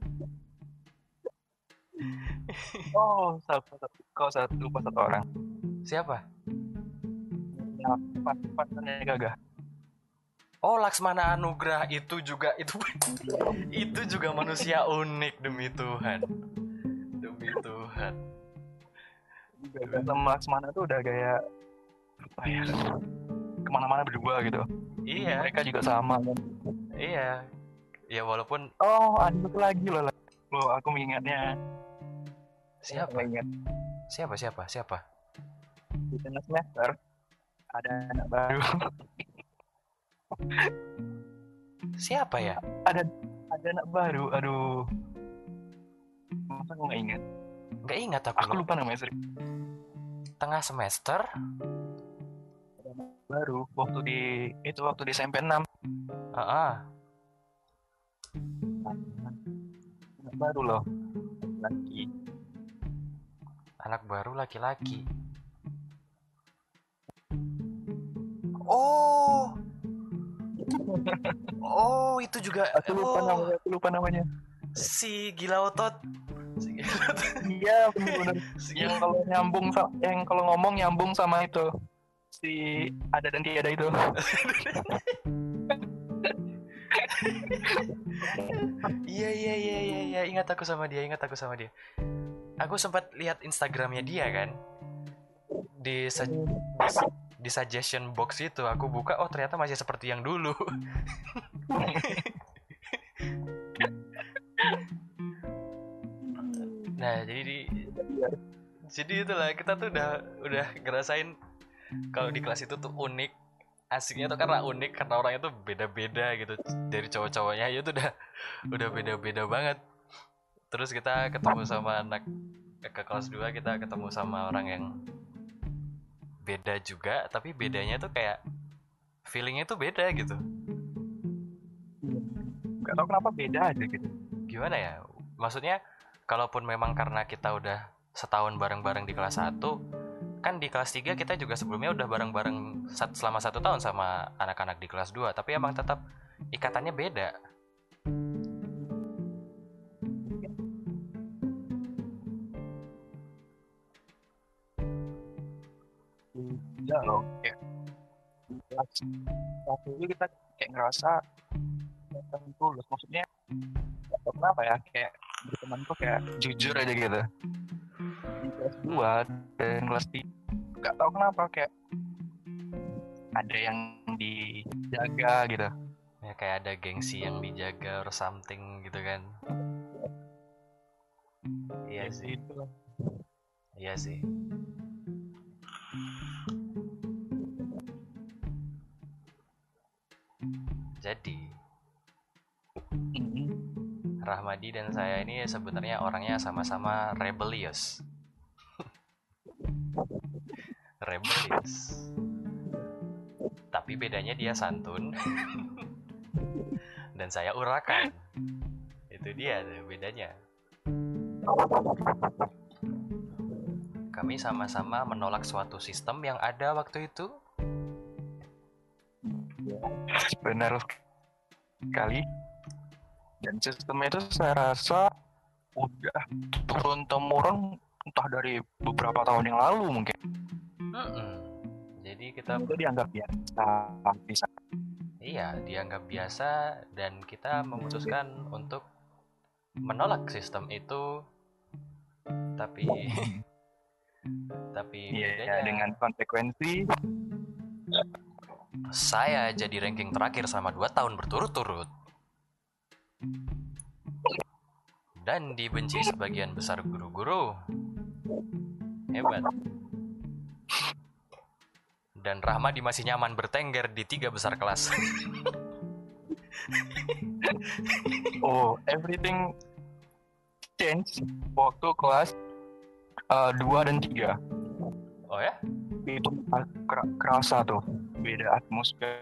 Oh, satu, satu, kau satu lupa satu orang. Siapa? Yang partnernya Gagah. Oh, Laksmana Anugrah itu juga itu itu juga manusia unik demi Tuhan. Demi Tuhan. Gagah sama Laksmana tuh udah kayak apa ya? Kemana-mana berdua gitu. Iya. Mereka juga sama kan. Iya. Ya walaupun. Oh, ada satu lagi loh. Loh, aku mengingatnya. Siapa? Ingat. Siapa siapa siapa? Di tengah semester ada anak baru. Siapa ya? Ada ada anak baru. Aduh. Masa aku nggak ingat? Nggak ingat aku. Aku lupa namanya sering. Tengah semester? Ada anak baru. Waktu di itu waktu di S M P enam. Ah. Anak baru loh. Laki. Anak baru laki-laki. Oh. Oh, itu juga. Aku lupa oh. namanya. Aku lupa namanya. Si Gila Otot. Si Gila Otot. Iya, benar-benar. Si Yang Gila. kalau nyambung, yang kalau ngomong nyambung sama itu. Si ada dan tiada itu. Iya iya iya iya iya, ingat aku sama dia, ingat aku sama dia. Aku sempat lihat Instagramnya dia kan. Di su- di, di suggestion box itu aku buka, oh ternyata masih seperti yang dulu. Nah, jadi di, jadi itulah kita tuh udah udah ngerasain kalau di kelas itu tuh unik. Asiknya tuh karena unik, karena orangnya tuh beda-beda gitu. Dari cowok-cowoknya ya tuh udah udah beda-beda banget. Terus kita ketemu sama anak ke kelas dua, kita ketemu sama orang yang beda juga, tapi bedanya tuh kayak feelingnya tuh beda gitu. Gak tau kenapa beda aja gitu. Gimana ya? Maksudnya kalaupun memang karena kita udah setahun bareng-bareng di kelas satu, kan di kelas tiga kita juga sebelumnya udah bareng-bareng selama satu tahun sama anak-anak di kelas dua, tapi emang tetap ikatannya beda. Ya loh, kayak kelas satu itu kita kayak ngerasa datang tulus. Maksudnya gak tau kenapa ya, kayak berteman tuh kayak jujur aja gitu. Di kelas dua dan kelas tiga nggak tahu kenapa kayak ada yang dijaga gitu. Ya kayak ada gengsi yang dijaga or something gitu kan. Iya Ya sih. gitu. Iya sih. Jadi Mm-mm. Rahmadi dan saya ini sebenarnya orangnya sama-sama rebellious. Rebellious. Tapi bedanya dia santun dan saya urakan. Itu dia tuh bedanya. Kami sama-sama menolak suatu sistem yang ada waktu itu. Benar sekali. Dan sistem itu saya rasa udah turun temurun entah dari beberapa tahun yang lalu mungkin. Mm-mm. Jadi kita Itu dianggap biasa. Bisa. iya dianggap biasa dan kita memutuskan untuk menolak sistem itu. Tapi tapi Iya, bedanya dengan konsekuensi saya jadi ranking terakhir selama dua tahun berturut-turut. Dan dibenci sebagian besar guru-guru. Hebat. Dan Rahmadi masih nyaman bertengger di tiga besar kelas. oh everything change waktu kelas uh, dua dan tiga. Oh ya? Itu ker- kerasa tuh beda atmosfer,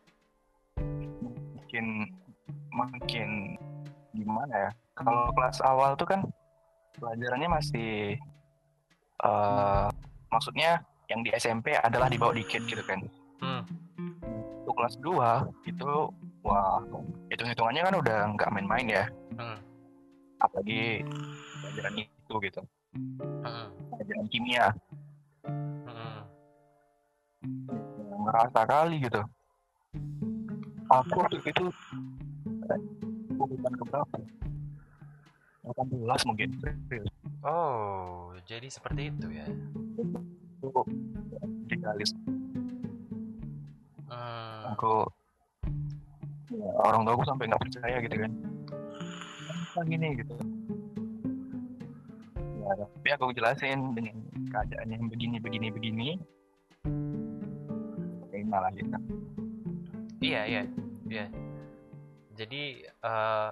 makin makin gimana ya, kalau kelas awal tuh kan pelajarannya masih uh, maksudnya yang di S M P adalah dibawa dikit gitu kan. Hmm. Untuk kelas dua itu wah hitung-hitungannya kan udah nggak main-main ya. Hmm. Apalagi pelajaran itu gitu. Hmm. Pelajaran kimia. Hmm. Ngerasa kali gitu. Aku waktu itu urutan keberapa? delapan belas mungkin. Oh, jadi seperti itu ya. Itu idealis. Hmm. Aku ya, orang tua aku sampai nggak percaya gitu kan. Kenapa gini gitu. Ya, tapi aku jelasin dengan keadaan yang begini begini begini. Kayak malah gitu. Iya, iya, iya. Jadi uh,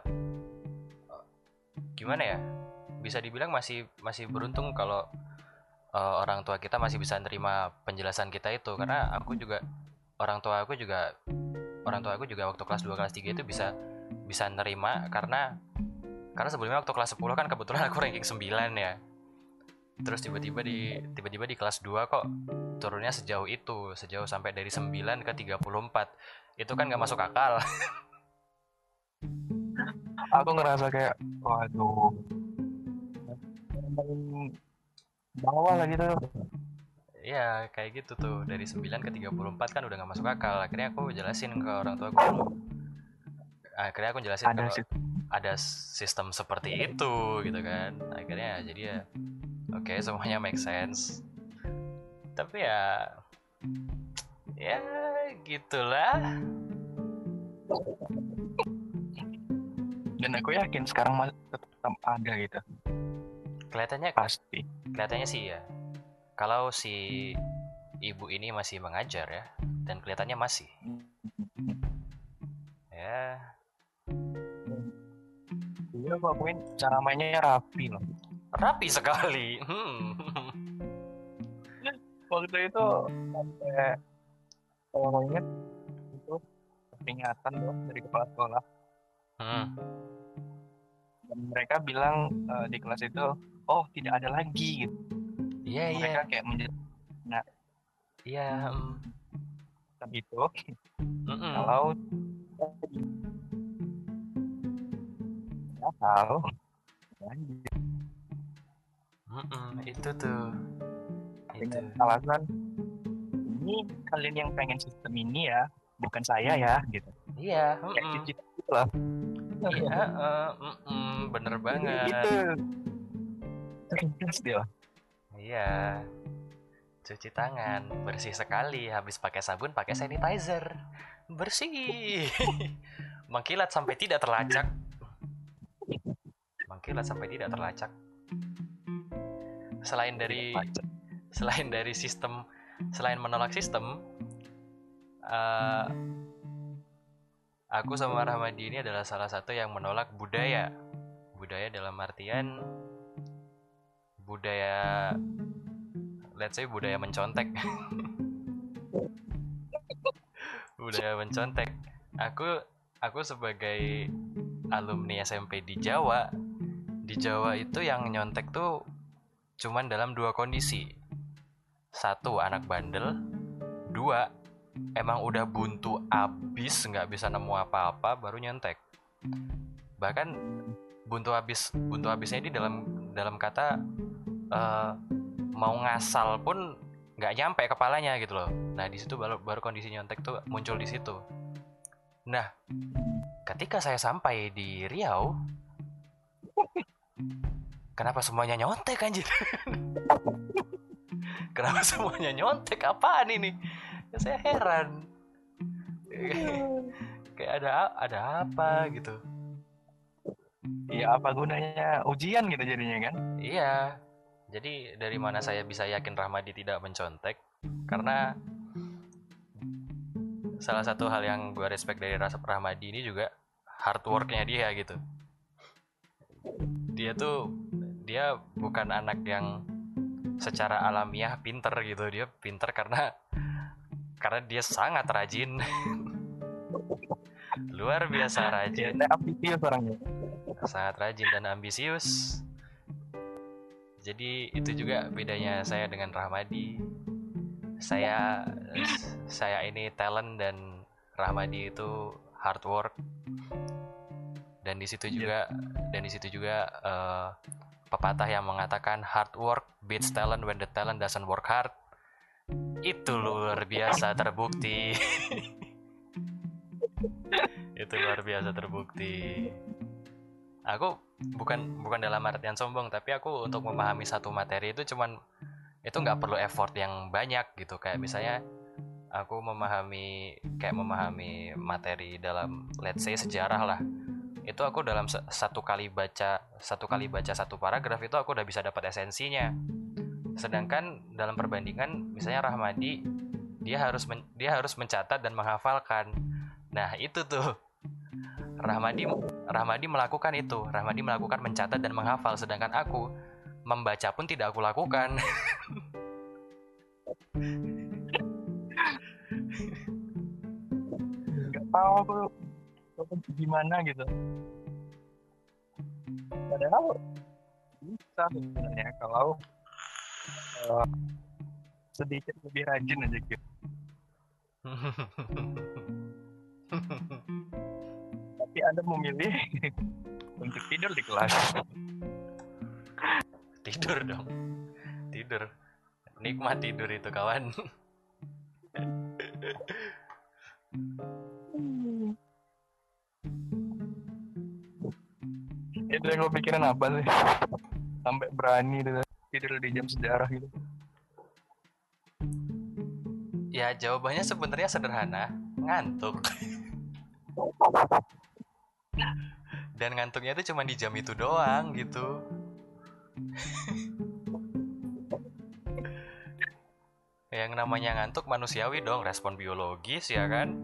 gimana ya? Bisa dibilang masih masih beruntung kalau uh, orang tua kita masih bisa nerima penjelasan kita itu, karena aku juga orang tua aku juga orang tua aku juga waktu kelas dua kelas tiga itu bisa bisa nerima karena karena sebelumnya waktu kelas sepuluh kan kebetulan aku ranking sembilan ya. Terus tiba-tiba di tiba-tiba di kelas dua kok turunnya sejauh itu, sejauh sampai dari sembilan ke tiga puluh empat. Itu kan nggak masuk akal. Aku ngerasa kayak waduh bawah lah gitu. Iya, kayak gitu tuh. Dari sembilan ke tiga puluh empat kan udah gak masuk akal. Akhirnya aku jelasin ke orang tua aku. Akhirnya aku jelasin Ada kalau sih. ada sistem seperti itu gitu kan. Akhirnya jadi ya oke, okay, semuanya make sense. Tapi ya ya gitulah. Dan aku yakin sekarang masih tetap ada gitu. Kelihatannya Pasti. Kelihatannya sih ya. Kalau si ibu ini masih mengajar ya, dan kelihatannya masih. Ya. Iya, aku akuin cara mainnya rapi loh. Rapi sekali. Hmm. Waktu itu sampai kalau aku ingat itu peringatan loh dari kepala sekolah. Hmm. Dan mereka bilang uh, di kelas itu, oh tidak ada lagi gitu. Iya, iya. Mereka kayak menjelaskan. Nah, iya. Um. itu Mm-mm. kalau tahu Mm-mm, itu tuh dengan itu. alasan ini kalian yang pengen sistem ini ya, bukan saya ya gitu. Iya. Kayak Mm-mm. cicit gitu lah. Iya, uh, mm-mm, bener banget. Itu cerdas dia. Iya, cuci tangan bersih sekali. Habis pakai sabun pakai sanitizer, bersih. Mengkilat sampai tidak terlacak. Mengkilat sampai tidak terlacak. Selain dari selain dari sistem, selain menolak sistem, uh, aku sama Rahmadi ini adalah salah satu yang menolak budaya. Budaya dalam artian budaya, let's say budaya mencontek. Budaya mencontek. Aku aku sebagai alumni S M P di Jawa, di Jawa itu yang nyontek tuh cuman dalam dua kondisi. Satu, anak bandel. Dua, emang udah buntu abis, nggak bisa nemu apa-apa, baru nyontek. Bahkan buntu abis, buntu abisnya ini dalam dalam kata uh, mau ngasal pun nggak nyampe kepalanya gitu loh. Nah di situ baru baru kondisi nyontek tuh muncul di situ. Nah ketika saya sampai di Riau, kenapa semuanya nyontek anjir? Kenapa semuanya nyontek? Apaan ini? Ya, saya heran. Kayak ada ada apa gitu. Iya, apa gunanya ujian gitu jadinya kan? Iya. Jadi dari mana saya bisa yakin Rahmadi tidak mencontek? Karena salah satu hal yang gue respect dari Rahmadi ini juga hard worknya dia gitu. Dia tuh dia bukan anak yang secara alamiah pinter gitu. Dia pinter karena karena dia sangat rajin. Luar biasa rajin. Dia ambisius orangnya. Sangat rajin dan ambisius. Jadi itu juga bedanya saya dengan Rahmadi. Saya saya ini talent dan Rahmadi itu hard work. Dan di situ juga dan di situ juga uh, pepatah yang mengatakan hard work beats talent when the talent doesn't work hard. Itu luar biasa terbukti. Itu luar biasa terbukti. Aku bukan bukan dalam artian sombong, tapi aku untuk memahami satu materi itu cuman itu nggak perlu effort yang banyak gitu. Kayak misalnya aku memahami kayak memahami materi dalam let's say sejarah lah. Itu aku dalam satu kali baca satu kali baca satu paragraf itu aku udah bisa dapat esensinya. Sedangkan dalam perbandingan misalnya Rahmadi dia harus men, dia harus mencatat dan menghafalkan. Nah, itu tuh Rahmadi Rahmadi melakukan itu. Rahmadi melakukan mencatat dan menghafal, sedangkan aku membaca pun tidak aku lakukan. Gak tahu aku gimana gitu. Padahal bisa sebenarnya kalau uh, sedikit lebih rajin aja gitu. Tapi Anda memilih untuk tidur di kelas. Tidur dong. Tidur. Nikmat tidur itu kawan. Itu yang lo pikirin apa sih? Sampai berani tidur di jam sejarah gitu. Ya jawabannya sebenarnya sederhana, ngantuk. Dan ngantuknya itu cuma di jam itu doang gitu. Yang namanya ngantuk manusiawi dong, respon biologis ya kan?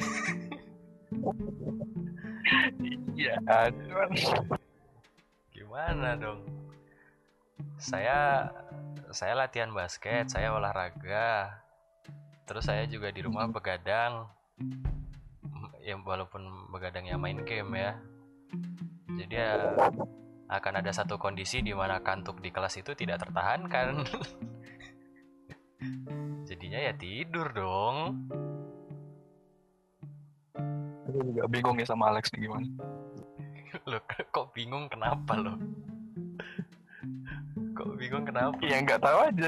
Iya, cuman gimana dong? Saya saya latihan basket, saya olahraga. Terus saya juga di rumah begadang. Ya walaupun begadangnya main game ya. Jadi ya akan ada satu kondisi di mana kantuk di kelas itu tidak tertahankan. Jadinya ya tidur dong. Aku juga bingung ya sama Alex nih gimana. Loh kok bingung kenapa lo? Kok bingung kenapa? Ya nggak tahu aja.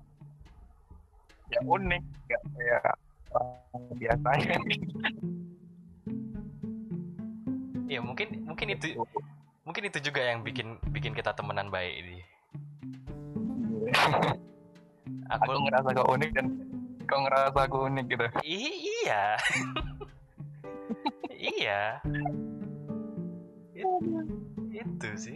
Ya unik, nggak kayak orang biasanya. Ya mungkin mungkin itu mungkin itu juga yang bikin bikin kita temenan baik ini. Aku, aku ngerasa kau unik dan kau ngerasa aku unik gitu. I- iya. Iya. It, itu sih.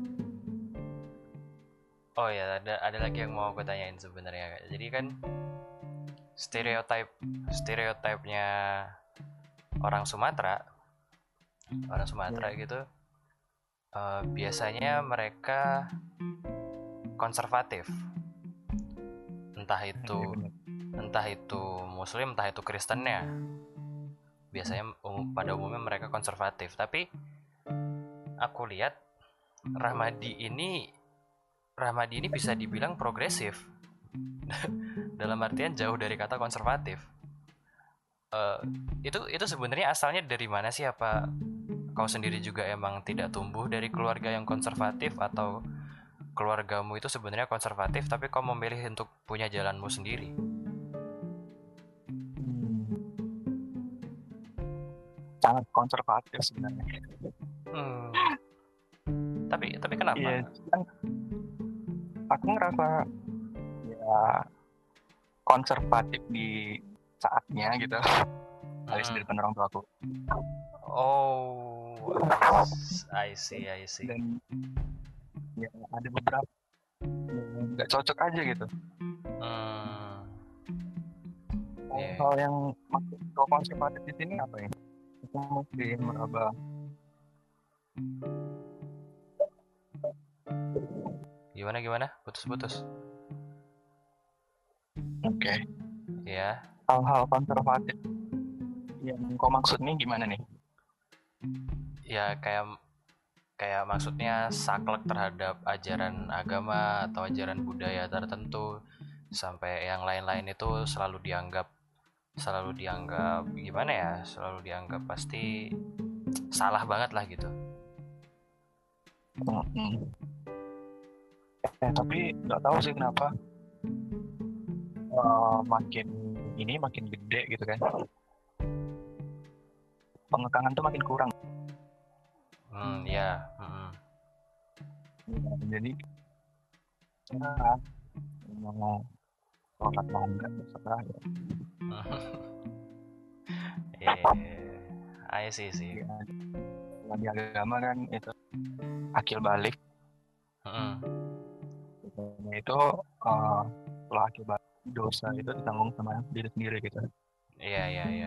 Oh ya, ada ada lagi yang mau aku tanyain sebenarnya. Jadi kan stereotip stereotipnya orang Sumatera, orang Sumatera gitu, uh, biasanya mereka konservatif. Entah itu entah itu Muslim, entah itu Kristennya. Biasanya um, pada umumnya mereka konservatif. Tapi aku lihat Rahmadi ini Rahmadi ini bisa dibilang progresif. Dalam artian jauh dari kata konservatif. Uh, itu itu sebenarnya asalnya dari mana sih? Apa kau sendiri juga emang tidak tumbuh dari keluarga yang konservatif, atau keluargamu itu sebenarnya konservatif tapi kau memilih untuk punya jalanmu sendiri? Hmm. Sangat konservatif sebenarnya. Hmm. Tapi tapi kenapa? Iya, kan aku ngerasa ya konservatif di saatnya gitu. Habis Hmm. dari depan orang tua aku. Oh, I see, I see. Dan ya ada beberapa nggak cocok aja gitu. Hmm. Hal yeah. yang maksud kau konservatif di sini apa ya? Itu mungkin meraba. Gimana gimana? Putus-putus. Oke. Okay. Ya. Hal-hal konservatif yang kau maksud nih gimana nih? Ya kayak kayak maksudnya saklek terhadap ajaran agama atau ajaran budaya tertentu, sampai yang lain-lain itu selalu dianggap selalu dianggap gimana ya? Selalu dianggap pasti salah banget lah gitu. Hmm. Eh, tapi nggak tahu sih kenapa uh, makin ini makin gede gitu kan, pengekangan tuh makin kurang. Hmm, ya. Hmm. Ya, jadi ya, mau sholat mau enggak terserah ya. Eh, I see sih. Ya, di agama kan itu akil balik. Hmm. Itu uh, kalau akil balik dosa itu ditanggung sama diri sendiri gitu. Iya iya iya.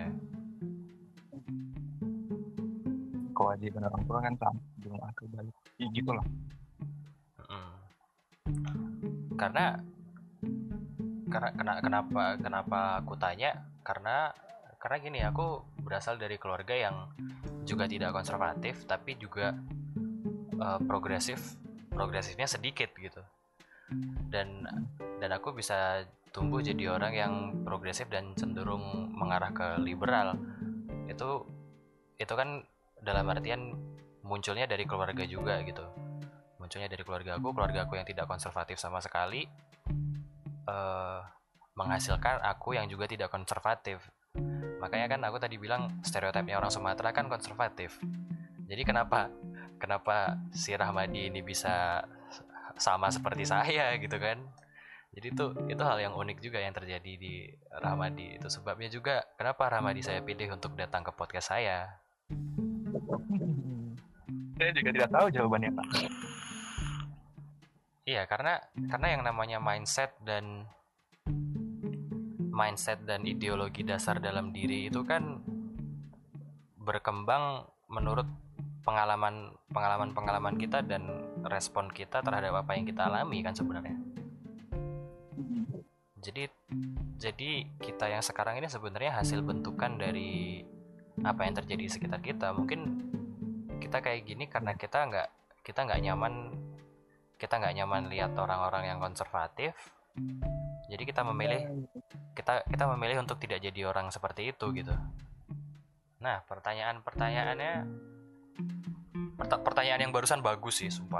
Kewajiban orang tua kan sama dengan akil balik. Ya, gitu lah. Hmm. Karena karena kenapa kenapa aku tanya, karena karena gini, aku berasal dari keluarga yang juga tidak konservatif tapi juga uh, progresif progresifnya sedikit gitu, dan dan aku bisa tumbuh jadi orang yang progresif dan cenderung mengarah ke liberal. Itu itu kan dalam artian munculnya dari keluarga juga gitu, munculnya dari keluarga aku keluarga aku yang tidak konservatif sama sekali, uh, menghasilkan aku yang juga tidak konservatif. Makanya kan aku tadi bilang stereotipnya orang Sumatera kan konservatif. Jadi kenapa kenapa si Rahmadi ini bisa sama seperti saya gitu kan? Jadi itu itu hal yang unik juga yang terjadi di Rahmadi. Itu sebabnya juga kenapa Rahmadi saya pilih untuk datang ke podcast saya. Saya juga tidak tahu jawabannya, Pak. Iya, karena karena yang namanya mindset dan mindset dan ideologi dasar dalam diri itu kan berkembang menurut pengalaman pengalaman pengalaman kita dan respon kita terhadap apa yang kita alami kan sebenarnya. Jadi jadi kita yang sekarang ini sebenarnya hasil bentukan dari apa yang terjadi di sekitar kita. Mungkin kita kayak gini karena kita nggak kita nggak nyaman kita nggak nyaman lihat orang-orang yang konservatif. Jadi kita memilih kita kita memilih untuk tidak jadi orang seperti itu gitu. Nah, pertanyaan-pertanyaannya pert- pertanyaan yang barusan bagus sih, sumpah.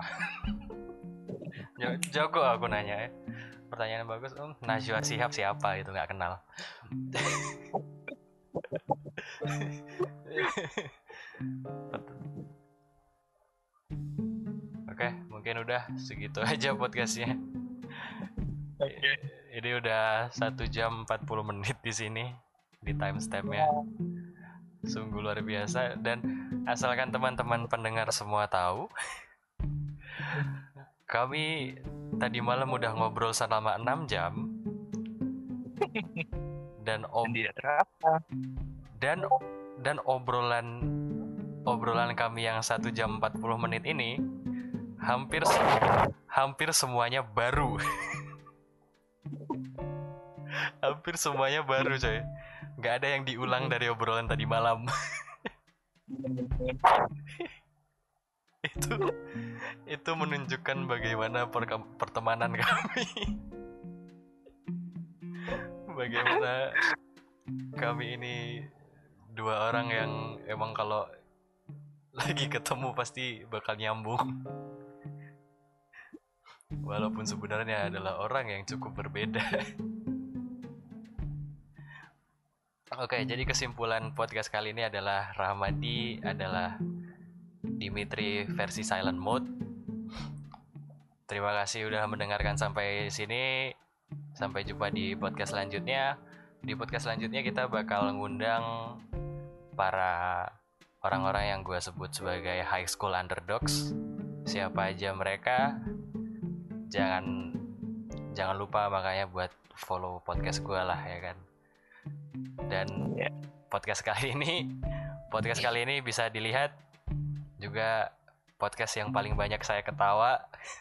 Jago aku nanya ya. Pertanyaan yang bagus. Um, Najwa Shihab siapa itu, nggak kenal. mungkin udah segitu aja podcastnya. Oke. Ini udah satu jam empat puluh menit di sini di timestampnya. Sungguh luar biasa. Dan asalkan teman-teman pendengar semua tahu, kami tadi malam udah ngobrol selama enam jam. Dan ob- Tidak terasa. dan dan obrolan obrolan kami yang satu jam empat puluh menit ini hampir hampir semuanya baru. Hampir semuanya baru, coy. Nggak ada yang diulang dari obrolan tadi malam. itu itu menunjukkan bagaimana perke- pertemanan kami. Bagaimana kami ini dua orang yang emang kalau lagi ketemu pasti bakal nyambung. Walaupun sebenarnya adalah orang yang cukup berbeda. Oke, jadi kesimpulan podcast kali ini adalah Rahmadi adalah Dimitri versi silent mode. Terima kasih udah mendengarkan sampai sini. Sampai jumpa di podcast selanjutnya. Di podcast selanjutnya kita bakal ngundang para orang-orang yang gue sebut sebagai high school underdogs. Siapa aja mereka? Jangan jangan lupa makanya buat follow podcast gue lah ya kan. Dan podcast kali ini podcast kali ini bisa dilihat juga podcast yang paling banyak saya ketawa.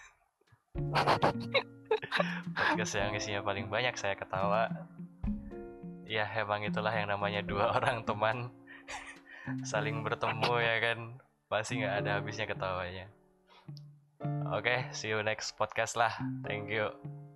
Podcast yang isinya paling banyak saya ketawa. Ya emang itulah yang namanya dua orang teman saling bertemu ya kan, pasti nggak ada habisnya ketawanya. Oke, okay, see you next podcast lah. Thank you.